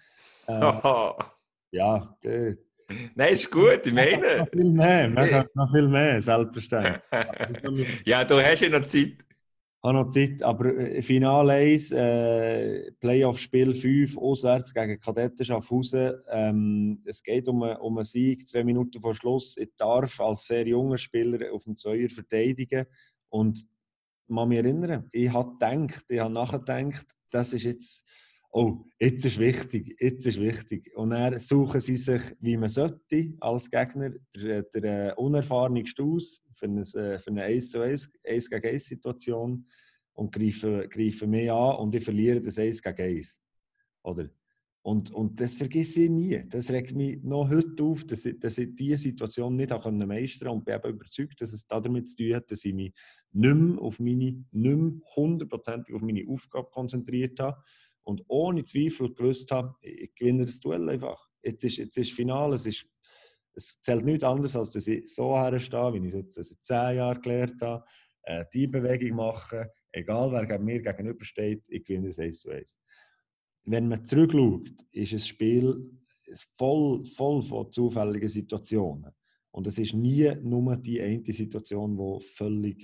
Ja, Nein, ist gut, ich meine. noch viel mehr, man kann noch viel mehr, selbstverständlich. Ja, du hast ja noch Zeit. Ich habe noch Zeit, aber Finale 1, Playoff-Spiel 5, auswärts gegen Kadetten Schaffhausen. Es geht um einen Sieg, 2 Minuten vor Schluss. Ich darf als sehr junger Spieler auf dem Zweier verteidigen. Und man mich erinnern, ich habe nachgedacht, das ist jetzt, jetzt ist wichtig, jetzt ist wichtig. Und dann suchen sie sich, wie man sollte, als Gegner, der unerfahrenste aus für eine 1-1 gegen 1 Situation und greifen mich an und ich verliere das 1 gegen 1. Oder? Und das vergesse ich nie. Das regt mich noch heute auf, dass ich diese Situation nicht meistern konnte und bin eben überzeugt, dass es damit zu tun hat, dass ich mich nicht mehr hundertprozentig auf meine Aufgabe konzentriert habe und ohne Zweifel gewusst habe, ich gewinne das Duell einfach. Jetzt ist Finale, es zählt nichts anderes, als dass ich so herstehe, wie ich es jetzt seit 10 Jahren gelernt habe, die Bewegung machen, egal wer mir gegenübersteht, ich gewinne das 1:1. Wenn man zurückschaut, ist ein Spiel voll von zufälligen Situationen. Und es ist nie nur die eine Situation, die völlig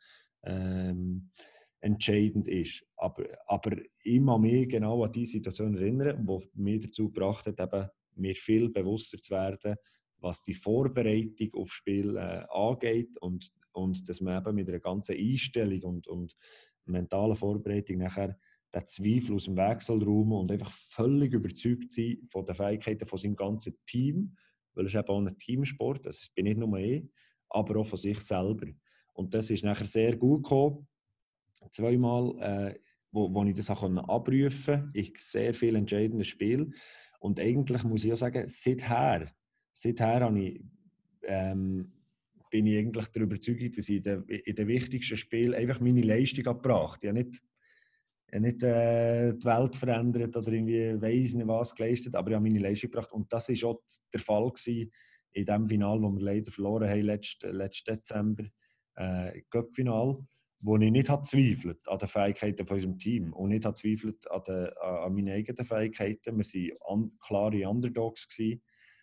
entscheidend ist. Aber ich kann mich genau an die Situation erinnern, die mich dazu gebracht hat, eben, mir viel bewusster zu werden, was die Vorbereitung aufs Spiel angeht und dass man eben mit einer ganzen Einstellung und mentalen Vorbereitung nachher den Zweifel aus dem Weg soll räumen und einfach völlig überzeugt sein von den Fähigkeiten von seinem ganzen Team, weil es eben auch ein Teamsport, das bin nicht nur ich, aber auch von sich selber. Und das ist nachher sehr gut gekommen. Zweimal, wo ich das auch abrufen konnte, in sehr vielen entscheidenden Spielen. Und eigentlich muss ich auch sagen, seither habe ich, bin ich eigentlich der Überzeugung, dass ich in den wichtigsten Spielen einfach meine Leistung gebracht habe. Ich habe nicht die Welt verändert oder irgendwie weiss nicht was geleistet, aber ich habe meine Leistung gebracht. Und das war auch der Fall gewesen in dem Finale, das wir leider verloren haben, letzten Dezember, Cup-Final, wo ich nicht zweifelt an den Fähigkeiten von unserem Team und nicht zweifelt an meinen eigenen Fähigkeiten. Wir waren klare Underdogs gewesen.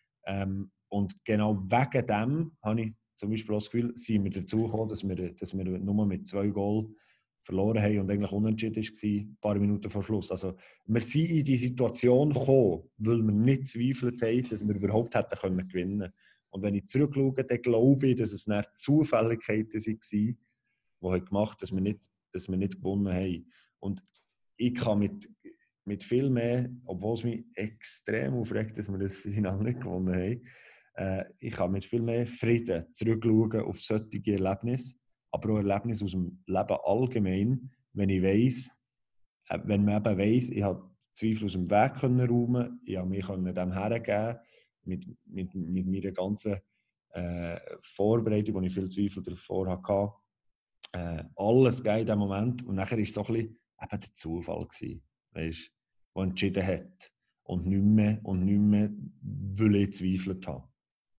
Und genau wegen dem habe ich zum Beispiel auch das Gefühl, sind wir dazu gekommen, dass wir nur mit 2 Goal verloren haben und eigentlich unentschieden war, ein paar Minuten vor Schluss. Also, wir sind in die Situation gekommen, weil wir nicht zweifelt haben, dass wir überhaupt hätten gewinnen können. Und wenn ich zurückschaue, dann glaube ich, dass es dann Zufälligkeiten waren, die gemacht haben, dass wir nicht gewonnen haben. Und ich kann mit viel mehr, obwohl es mich extrem aufregt, dass wir das Finale nicht gewonnen haben, ich kann mit viel mehr Frieden zurückschauen auf solche Erlebnisse, aber auch Erlebnisse aus dem Leben allgemein, wenn ich weiss, wenn man eben weiss, ich habe Zweifel aus dem Weg räumen, ich habe mich dem hergeben mit meiner ganzen Vorbereitung, wo ich viel Zweifel davor hatte, alles gegeben in dem Moment. Und nachher war es so ein bisschen eben der Zufall gewesen, weißt, der entschieden hat. Und nicht mehr, weil ich gezweifelt habe.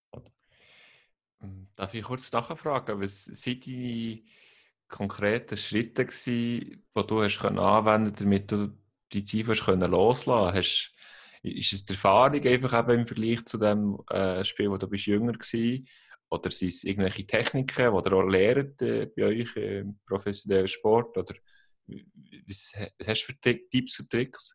Darf ich kurz nachfragen, was sind deine konkreten Schritte gewesen, die du hast anwenden konntest, damit du die Zweifel loslassen konntest? Ist es die Erfahrung einfach eben im Vergleich zu dem Spiel, wo du bist jünger warst? Oder sind es irgendwelche Techniken, die ihr auch lernt bei euch im professionellen Sport? Oder was hast du für Tipps und Tricks?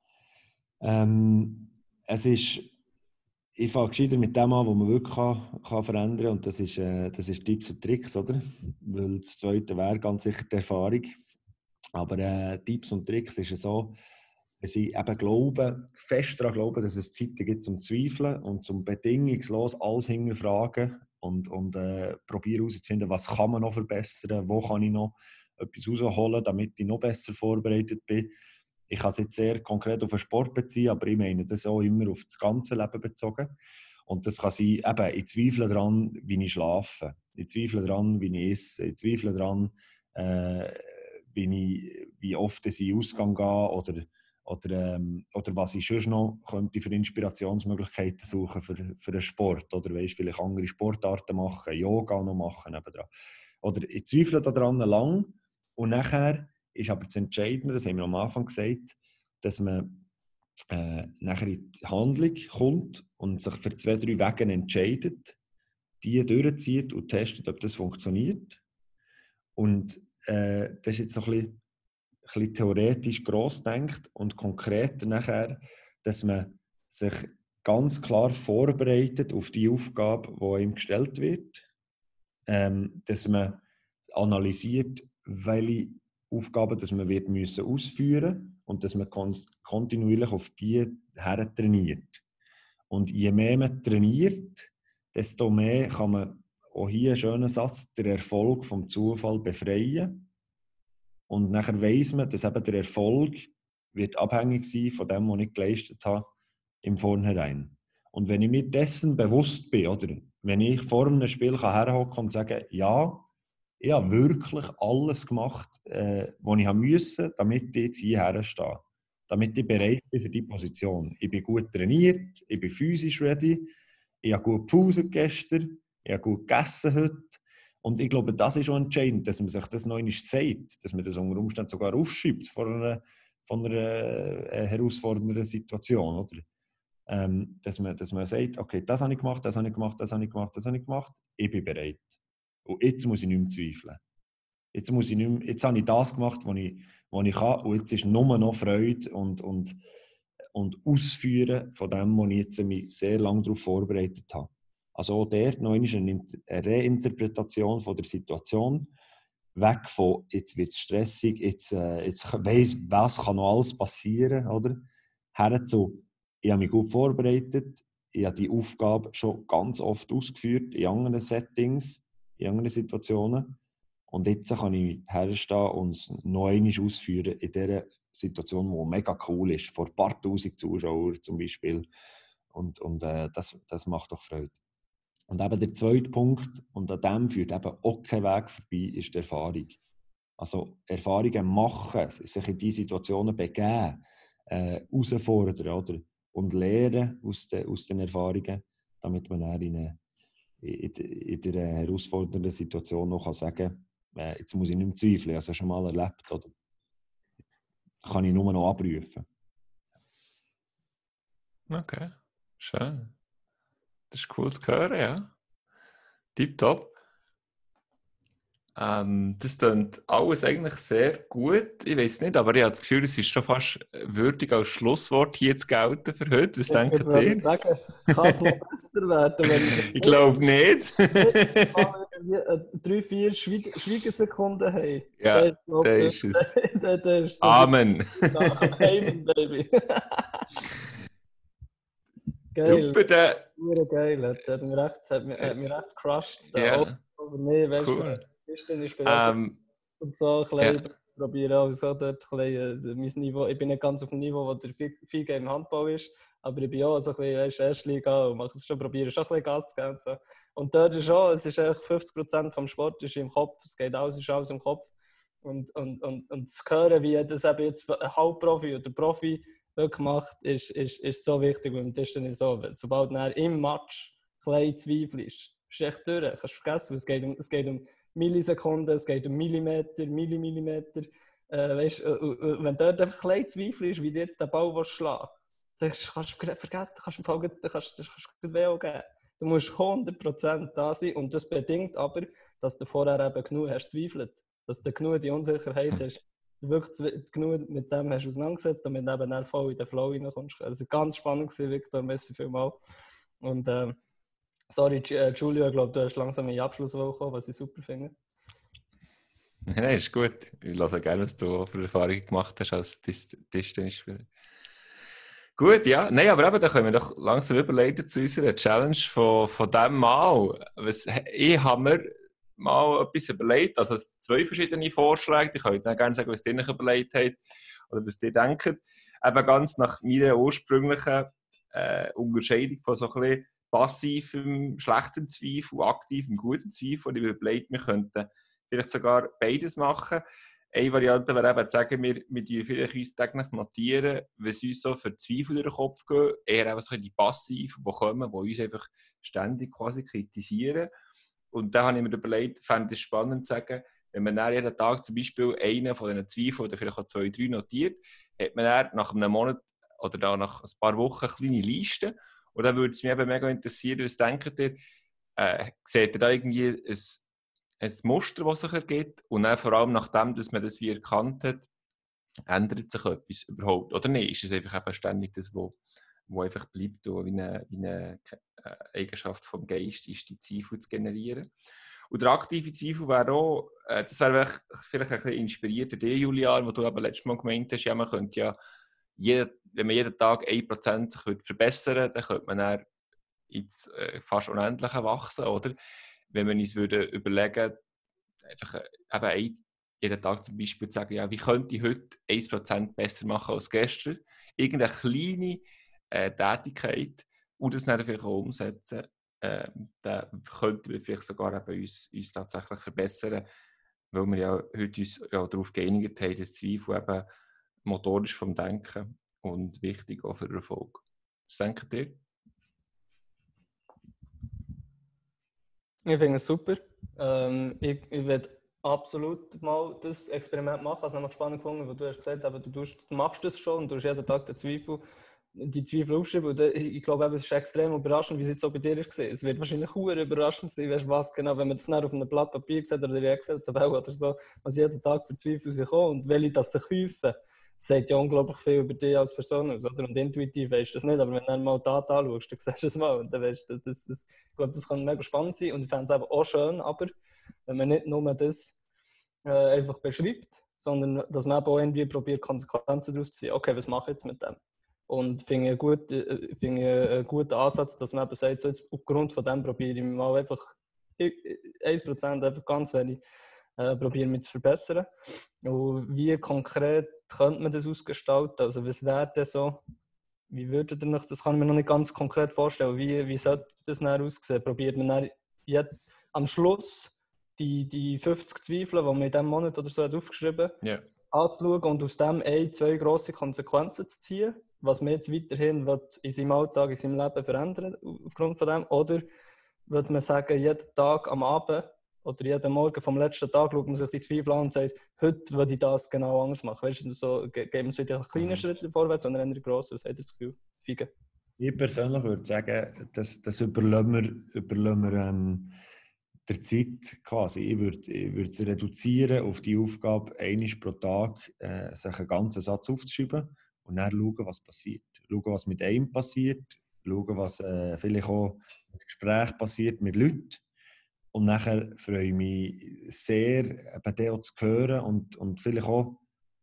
Es ist, ich fange gescheiter mit dem an, was man wirklich kann verändern kann. Und das ist Tipps und Tricks, oder? Weil das Zweite wäre ganz sicher die Erfahrung. Aber Tipps und Tricks ist so, dass ich eben fest daran glaube, dass es Zeiten gibt zum Zweifeln und zum bedingungslos alles hinterfragen und probieren herauszufinden, was kann man noch verbessern, wo kann ich noch etwas rausholen, damit ich noch besser vorbereitet bin. Ich kann es jetzt sehr konkret auf den Sport beziehen, aber ich meine das auch immer auf das ganze Leben bezogen. Und das kann sein, eben, ich zweifle daran, wie ich schlafe. Ich zweifle daran, wie ich esse. Ich zweifle daran, wie oft ich ausgehe oder was ich schon noch könnte für Inspirationsmöglichkeiten suchen für einen Sport. Oder weißt, vielleicht andere Sportarten machen, Yoga noch machen. Oder ich zweifle daran lang und nachher ist aber das Entscheidende, das haben wir am Anfang gesagt, dass man nachher in die Handlung kommt und sich für 2-3 Wege entscheidet, die durchzieht und testet, ob das funktioniert. Und das ist jetzt noch ein bisschen theoretisch gross denkt und konkreter nachher, dass man sich ganz klar vorbereitet auf die Aufgabe, die ihm gestellt wird. Dass man analysiert, welche Aufgaben das man wird müssen ausführen und dass man kontinuierlich auf die her trainiert. Und je mehr man trainiert, desto mehr kann man auch hier einen schönen Satz, den Erfolg vom Zufall befreien. Und nachher weiss man, dass eben der Erfolg wird abhängig sein von dem, was ich geleistet habe im Vornherein. Und wenn ich mir dessen bewusst bin, oder wenn ich vor einem Spiel herhocken und sagen, ja, ich habe wirklich alles gemacht, was ich musste, damit ich jetzt hierher stehe. Damit ich bereit bin für die Position. Ich bin gut trainiert, ich bin physisch ready, ich habe gut gepauset gestern, ich habe gut gegessen heute. Und ich glaube, das ist auch entscheidend, dass man sich das noch einmal sagt, dass man das unter Umständen sogar aufschreibt von einer herausfordernden Situation. Oder? Dass man sagt, okay, das habe ich gemacht, das habe ich gemacht, das habe ich gemacht, das habe ich gemacht, ich bin bereit. Und jetzt muss ich nicht mehr zweifeln. Jetzt habe ich das gemacht, was ich kann, und jetzt ist nur noch Freude und Ausführen von dem, was ich jetzt mich sehr lange darauf vorbereitet habe. Also auch dort noch eine Reinterpretation von der Situation, weg von jetzt wird es stressig, jetzt weiss, was kann noch alles passieren, oder? Her zu, ich habe mich gut vorbereitet, ich habe die Aufgabe schon ganz oft ausgeführt in anderen Settings, in anderen Situationen. Und jetzt kann ich herstehen und es noch einmal ausführen in dieser Situation, die mega cool ist, vor ein paar tausend Zuschauern zum Beispiel. Und das macht doch Freude. Und eben der zweite Punkt, und an dem führt eben auch kein Weg vorbei, ist die Erfahrung. Also Erfahrungen machen, sich in diese Situationen begeben, herausfordern, oder? Und lernen aus den Erfahrungen, damit man dann in der herausfordernden Situation noch sagen kann, jetzt muss ich nicht mehr zweifeln, ich habe es schon mal erlebt, oder? Jetzt kann ich nur noch abrufen. Okay, schön. Das ist cool zu hören, ja. Tipptopp. Das klingt alles eigentlich sehr gut. Ich weiß nicht, aber ich habe das Gefühl, es ist schon fast würdig als Schlusswort hier zu gelten für heute. Was denkt Ich würde ihr? sagen, kann es noch besser werden, wenn Ich glaube nicht. 3-4 Schweigesekunden haben. Ja, Da ist es. da ist so Amen. Amen, Baby. Geil. Super, Geil. Hat mich recht gecrushed. ja, Also, nee, weißt du, cool. ist dann und so ein bisschen. Ja. probiere auch so dort ein bisschen, mein Niveau, ich bin nicht ganz auf dem Niveau, wo der Fiege im Handball ist, aber ich bin auch so ein bisschen, weißt, Erstliga und mache es schon, probiere schon ein bisschen Gas zu geben. Und so. Und dort ist schon, es ist eigentlich 50% vom Sport ist im Kopf, es geht alles, ist alles im Kopf. Und zu hören, wie das eben jetzt ein Halbprofi oder Profi wirklich macht, ist so wichtig. Und das ist dann so, sobald du im Match klein zweifelst, ist echt durch, kannst du vergessen, es geht um Millisekunden, es geht um Millimeter, Millimillimeter. Weißt, wenn du dort einfach klein zweifelst, wie du jetzt den Ball schlagen willst, dann kannst du vergessen, du kannst WO geben. Du musst 100% da sein und das bedingt aber, dass du vorher eben genug hast zweifelt. Dass du genug die Unsicherheit hast, wirklich genug mit dem hast auseinandergesetzt, damit du eben dann voll in den Flow reinkommst. Also ganz spannend gewesen, Victor, merci vielmals. Und sorry, Giulio, ich glaube, du hast langsam in den Abschluss gekommen, was ich super finde. Nein, ist gut. Ich höre gerne, was du für Erfahrungen gemacht hast als Tischtennisspieler. Gut, ja. Nein, aber eben, da können wir doch langsam überleiten zu unserer Challenge von diesem Mal. Ich habe mir mal etwas überlegt, also 2 verschiedene Vorschläge. Ich kann dann gerne sagen, was ihr euch überlegt habt oder was ihr denkt. Eben ganz nach meiner ursprünglichen Unterscheidung von so ein bisschen passivem, schlechtem Zweifel, aktivem, guten Zweifel. Und ich habe überlegt, wir könnten vielleicht sogar beides machen. Eine Variante wäre eben zu sagen, wir vielleicht uns täglich notieren, was uns so für Zweifel durch den Kopf gehen, eher eben so die Passiven, die kommen, die uns einfach ständig quasi kritisieren. Und da habe ich mir überlegt, fände es spannend zu sagen, wenn man dann jeden Tag zum Beispiel einen von diesen Zweifeln oder vielleicht auch 2, 3 notiert, hat man dann nach einem Monat oder dann nach ein paar Wochen eine kleine Liste. Und dann würde es mich eben mega interessieren, was denkt ihr, seht ihr da irgendwie ein Muster, das sich ergibt und dann vor allem nachdem, dass man das wie erkannt hat, ändert sich etwas überhaupt oder nicht? Ist es einfach eben ständig das, wo einfach bleibt, wie eine Eigenschaft vom Geist ist, die Zweifel zu generieren? Und der aktive Zweifel wäre auch, das wäre vielleicht ein bisschen inspiriert durch dich, Julian, wo du aber letztes Mal gemeint hast, ja, man könnte ja, wenn man jeden Tag 1% sich verbessern würde, dann könnte man dann ins fast Unendliche wachsen, oder? Wenn wir uns überlegen, einfach eben jeden Tag zum Beispiel zu sagen, ja, wie könnte ich heute 1% besser machen als gestern? Irgendeine kleine Tätigkeit und das dann vielleicht auch umsetzen, dann könnten wir vielleicht sogar eben uns tatsächlich verbessern, weil wir ja heute uns ja darauf geeinigt haben, dass Zweifel eben motorisch vom Denken und wichtig auch für den Erfolg. Was denkt ihr? Ich finde es super. Ich werde absolut mal das Experiment machen. Also, ich spannend gefunden, weil du hast gesagt, aber du machst das schon und du hast jeden Tag die Zweifel aufschreiben. Und ich glaube, es ist extrem überraschend, wie es jetzt auch bei dir ist. Es wird wahrscheinlich sehr überraschend sein, weißt du was genau, wenn man das dann auf einem Blatt Papier sieht oder in Excel-Tabelle oder so, was jeden Tag für Zweifel rauskommen und welche das sich häufen. Das sagt ja unglaublich viel über dich als Person aus, oder? Und intuitiv weißt du das nicht, aber wenn du dann mal die Daten anschaust, dann siehst du es mal und dann weißt du, ich glaube, das kann mega spannend sein und ich fände es eben auch schön, aber wenn man nicht nur das einfach beschreibt, sondern dass man auch irgendwie probiert, Konsequenzen daraus zu ziehen. Okay, was mache ich jetzt mit dem? Und finde ich einen guten Ansatz, dass man eben sagt, so jetzt aufgrund von dem probiere ich mal einfach 1% einfach ganz wenig probieren mich zu verbessern. Und wie konkret könnte man das ausgestalten? Also was wäre das so? Wie würde ihr noch, das kann ich mir noch nicht ganz konkret vorstellen, wie sollte das dann aussehen? Probiert man dann am Schluss die 50 Zweifel, die man in diesem Monat oder so hat aufgeschrieben hat, anzuschauen und aus dem 2 grosse Konsequenzen zu ziehen, was man jetzt weiterhin in seinem Alltag, in seinem Leben verändern aufgrund von dem? Oder würde man sagen, jeden Tag am Abend oder jeden Morgen vom letzten Tag schaut man sich die Zweifel an und sagt, heute würde ich das genau anders machen. Weißt du, so geben wir nicht kleine Schritte vorwärts, sondern eher grosse. Was habt ihr das Gefühl? Fiege? Ich persönlich würde sagen, das überlassen wir der Zeit quasi. Ich würde es reduzieren auf die Aufgabe, einmal pro Tag sich einen ganzen Satz aufzuschreiben und dann schauen, was passiert. Schauen, was mit einem passiert, schauen, was vielleicht auch mit Gesprächen passiert mit Leuten. Und nachher freue ich mich sehr, eben den auch zu hören und vielleicht auch,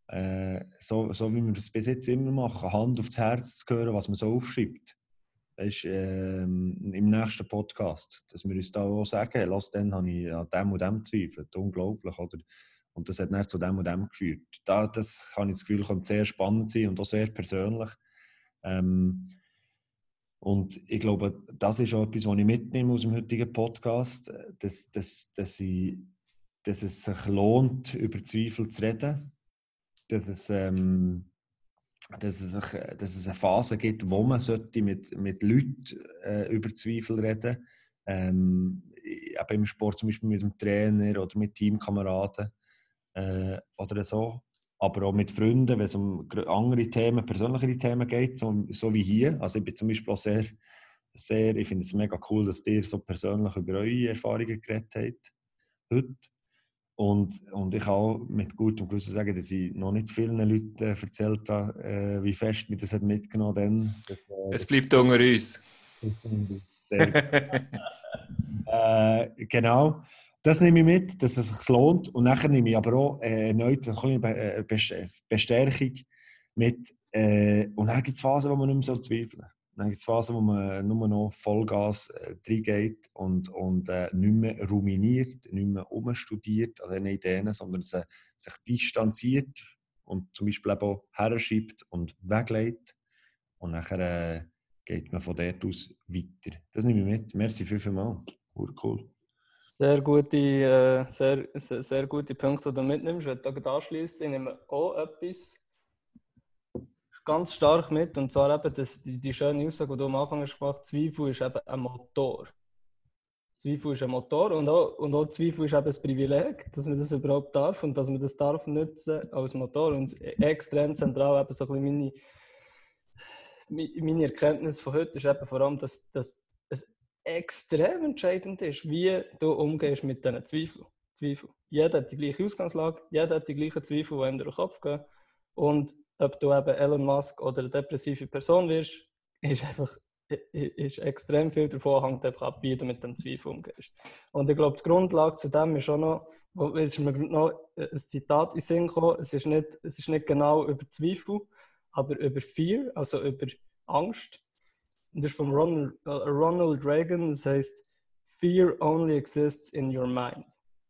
so wie wir das bis jetzt immer machen, Hand aufs Herz zu hören, was man so aufschreibt. Weißt, im nächsten Podcast, dass wir uns da auch sagen, lass, dann habe ich an dem und dem zweifelt, unglaublich, oder? Und das hat dann zu dem und dem geführt. Das habe ich das Gefühl, kann sehr spannend sein und auch sehr persönlich. Und ich glaube, das ist auch etwas, was ich mitnehme aus dem heutigen Podcast, dass es sich lohnt, über Zweifel zu reden, dass es eine Phase gibt, wo man mit Leuten über Zweifel reden sollte. Eben im Sport zum Beispiel mit dem Trainer oder mit Teamkameraden oder so. Aber auch mit Freunden, wenn es um andere Themen, persönlichere Themen geht, so wie hier. Also ich bin zum Beispiel auch sehr, ich finde es mega cool, dass ihr so persönlich über eure Erfahrungen geredet habt heute. Und ich kann auch mit gutem Gewissen sagen, dass ich noch nicht vielen Leuten erzählt habe, wie fest mich das hat mitgenommen hat. Es bleibt unter uns. Sehr genau. Das nehme ich mit, dass es sich lohnt. Und nachher nehme ich aber auch erneut eine kleine Bestärkung mit. Und dann gibt es Phasen, wo man nicht mehr so zweifeln. Dann gibt es Phasen, wo man nur noch Vollgas reingeht und nicht mehr ruminiert, nicht mehr umstudiert an diesen Ideen, sondern sich distanziert und zum Beispiel eben auch herschiebt und weglegt. Und nachher geht man von dort aus weiter. Das nehme ich mit. Merci vielmals. Cool. Sehr gute Punkte, die du mitnimmst. Ich möchte da anschließen. Ich nehme auch etwas ganz stark mit. Und zwar eben die schöne Aussage, die du am Anfang hast gemacht hast, Zweifel ist eben ein Motor. Zweifel ist ein Motor und auch Zweifel ist eben ein Privileg, dass man das überhaupt darf und dass man das darf nutzen als Motor. Und extrem zentral eben so ein bisschen meine Erkenntnis von heute ist eben vor allem, dass es extrem entscheidend ist, wie du umgehst mit diesen Zweifeln. Jeder hat die gleiche Ausgangslage, jeder hat die gleichen Zweifel, die ihm durch den Kopf gehen. Und ob du eben Elon Musk oder eine depressive Person wirst, ist extrem viel davon, hängt einfach ab, wie du mit dem Zweifel umgehst. Und ich glaube, die Grundlage zu dem ist auch noch, es ist mir noch ein Zitat in den Sinn gekommen, es ist nicht genau über Zweifel, aber über Fear, also über Angst. Und das ist von Ronald Reagan, das heißt, Fear only exists in your mind.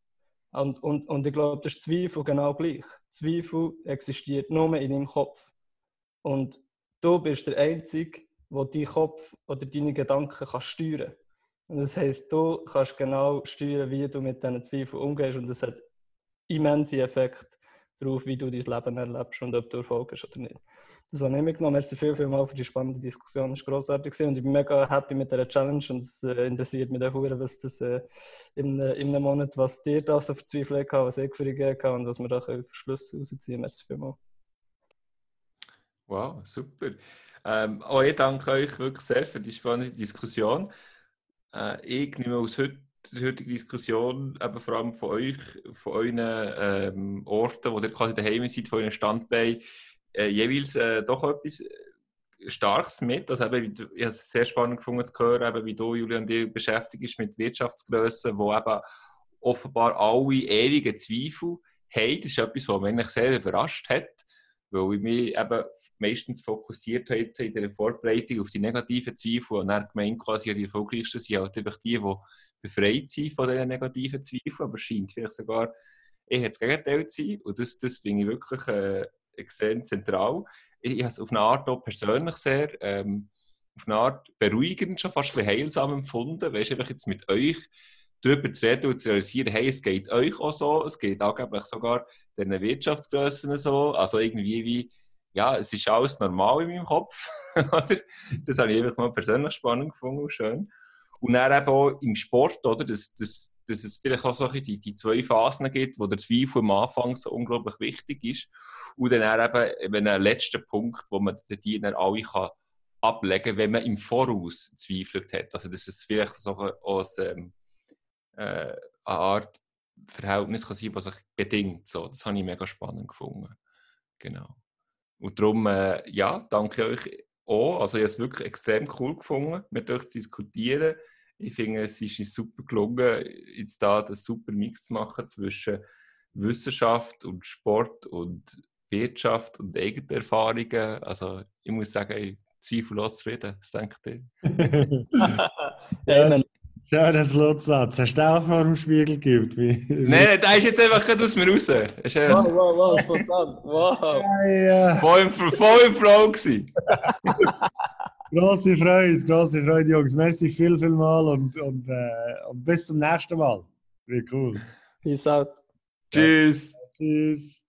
Und ich glaube, das ist Zweifel genau gleich. Zweifel existiert nur in deinem Kopf. Und du bist der Einzige, der deinen Kopf oder deine Gedanken kann steuern kann. Und das heisst, du kannst genau steuern, wie du mit diesen Zweifeln umgehst. Und das hat immense Effekte darauf, wie du dein Leben erlebst und ob du Erfolg hast oder nicht. Das habe ich mitgenommen. Merci vielmals für die spannende Diskussion. Das war grossartig und ich bin mega happy mit dieser Challenge und es interessiert mich auch, was das in einem Monat, was dir da so für Zweifel hatte, was ich für dich hatte und was wir da für Schluss rausziehen. Merci vielmals. Wow, super. Auch ich danke euch wirklich sehr für die spannende Diskussion. Ich nehme aus der heutigen Diskussion eben vor allem von euch, von euren Orten, wo ihr quasi daheim seid, von euren Standbeinen, jeweils doch etwas Starkes mit. Also eben, ich habe es sehr spannend gefunden zu hören, eben, wie du, Julian, dich beschäftigt bist mit Wirtschaftsgrössen, wo eben offenbar alle ewigen Zweifel haben. Das ist etwas, was mich eigentlich sehr überrascht hat, weil ich mich eben meistens fokussiert habe in der Vorbereitung auf die negativen Zweifel und dann gemeint quasi die erfolgreichsten sind halt einfach die befreit sind von diesen negativen Zweifeln, aber es scheint vielleicht sogar eher das Gegenteil zu sein und das finde ich wirklich extrem zentral. Ich habe es auf eine Art auch persönlich sehr auf eine Art beruhigend, schon fast ein bisschen heilsam empfunden, weißt du, einfach jetzt mit euch darüber zu reden und zu realisieren, hey, es geht euch auch so, es geht angeblich sogar den Wirtschaftsgrössen so, also irgendwie wie, ja, es ist alles normal in meinem Kopf, oder? Das habe ich einfach mal persönlich spannend gefunden und schön. Und dann eben auch im Sport, oder, dass es vielleicht auch so die zwei Phasen gibt, wo der Zweifel am Anfang so unglaublich wichtig ist und dann eben ein letzter Punkt, wo man die dann alle kann ablegen kann, wenn man im Voraus zweifelt hat. Also dass es vielleicht so eine Art Verhältnis kann sein, das sich bedingt. So, das habe ich mega spannend gefunden. Genau. Und darum, ja, danke euch auch. Also ich habe es wirklich extrem cool gefunden, mit euch zu diskutieren. Ich finde, es ist uns super gelungen, jetzt da einen super Mix zu machen zwischen Wissenschaft und Sport und Wirtschaft und eigenen Erfahrungen. Also ich muss sagen, ich bin zweifellos zufrieden. Was denkt ihr? Amen. Schöner Schlusssatz. Hast du auch vor dem Spiegel geübt? Nein, der ist jetzt einfach gerade aus mir raus. Das ist Wow, spontan. Wow. Ja, voll im Flow gewesen. grosse Freude, Jungs. Merci viel mal und bis zum nächsten Mal. Wie cool. Peace out. Tschüss. Tschüss.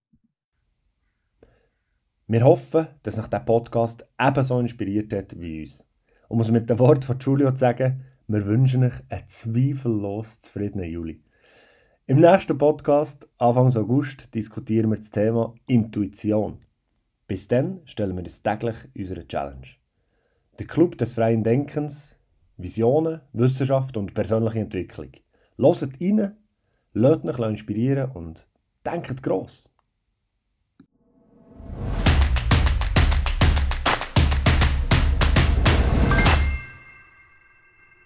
Wir hoffen, dass euch der Podcast ebenso inspiriert hat wie uns. Um es mit den Worten von Giulio zu sagen, wir wünschen euch einen zweifellos zufriedenen Juli. Im nächsten Podcast, Anfang August, diskutieren wir das Thema Intuition. Bis dann stellen wir uns täglich unserer Challenge. Der Club des freien Denkens, Visionen, Wissenschaft und persönliche Entwicklung. Hört rein, lasst euch inspirieren und denkt gross.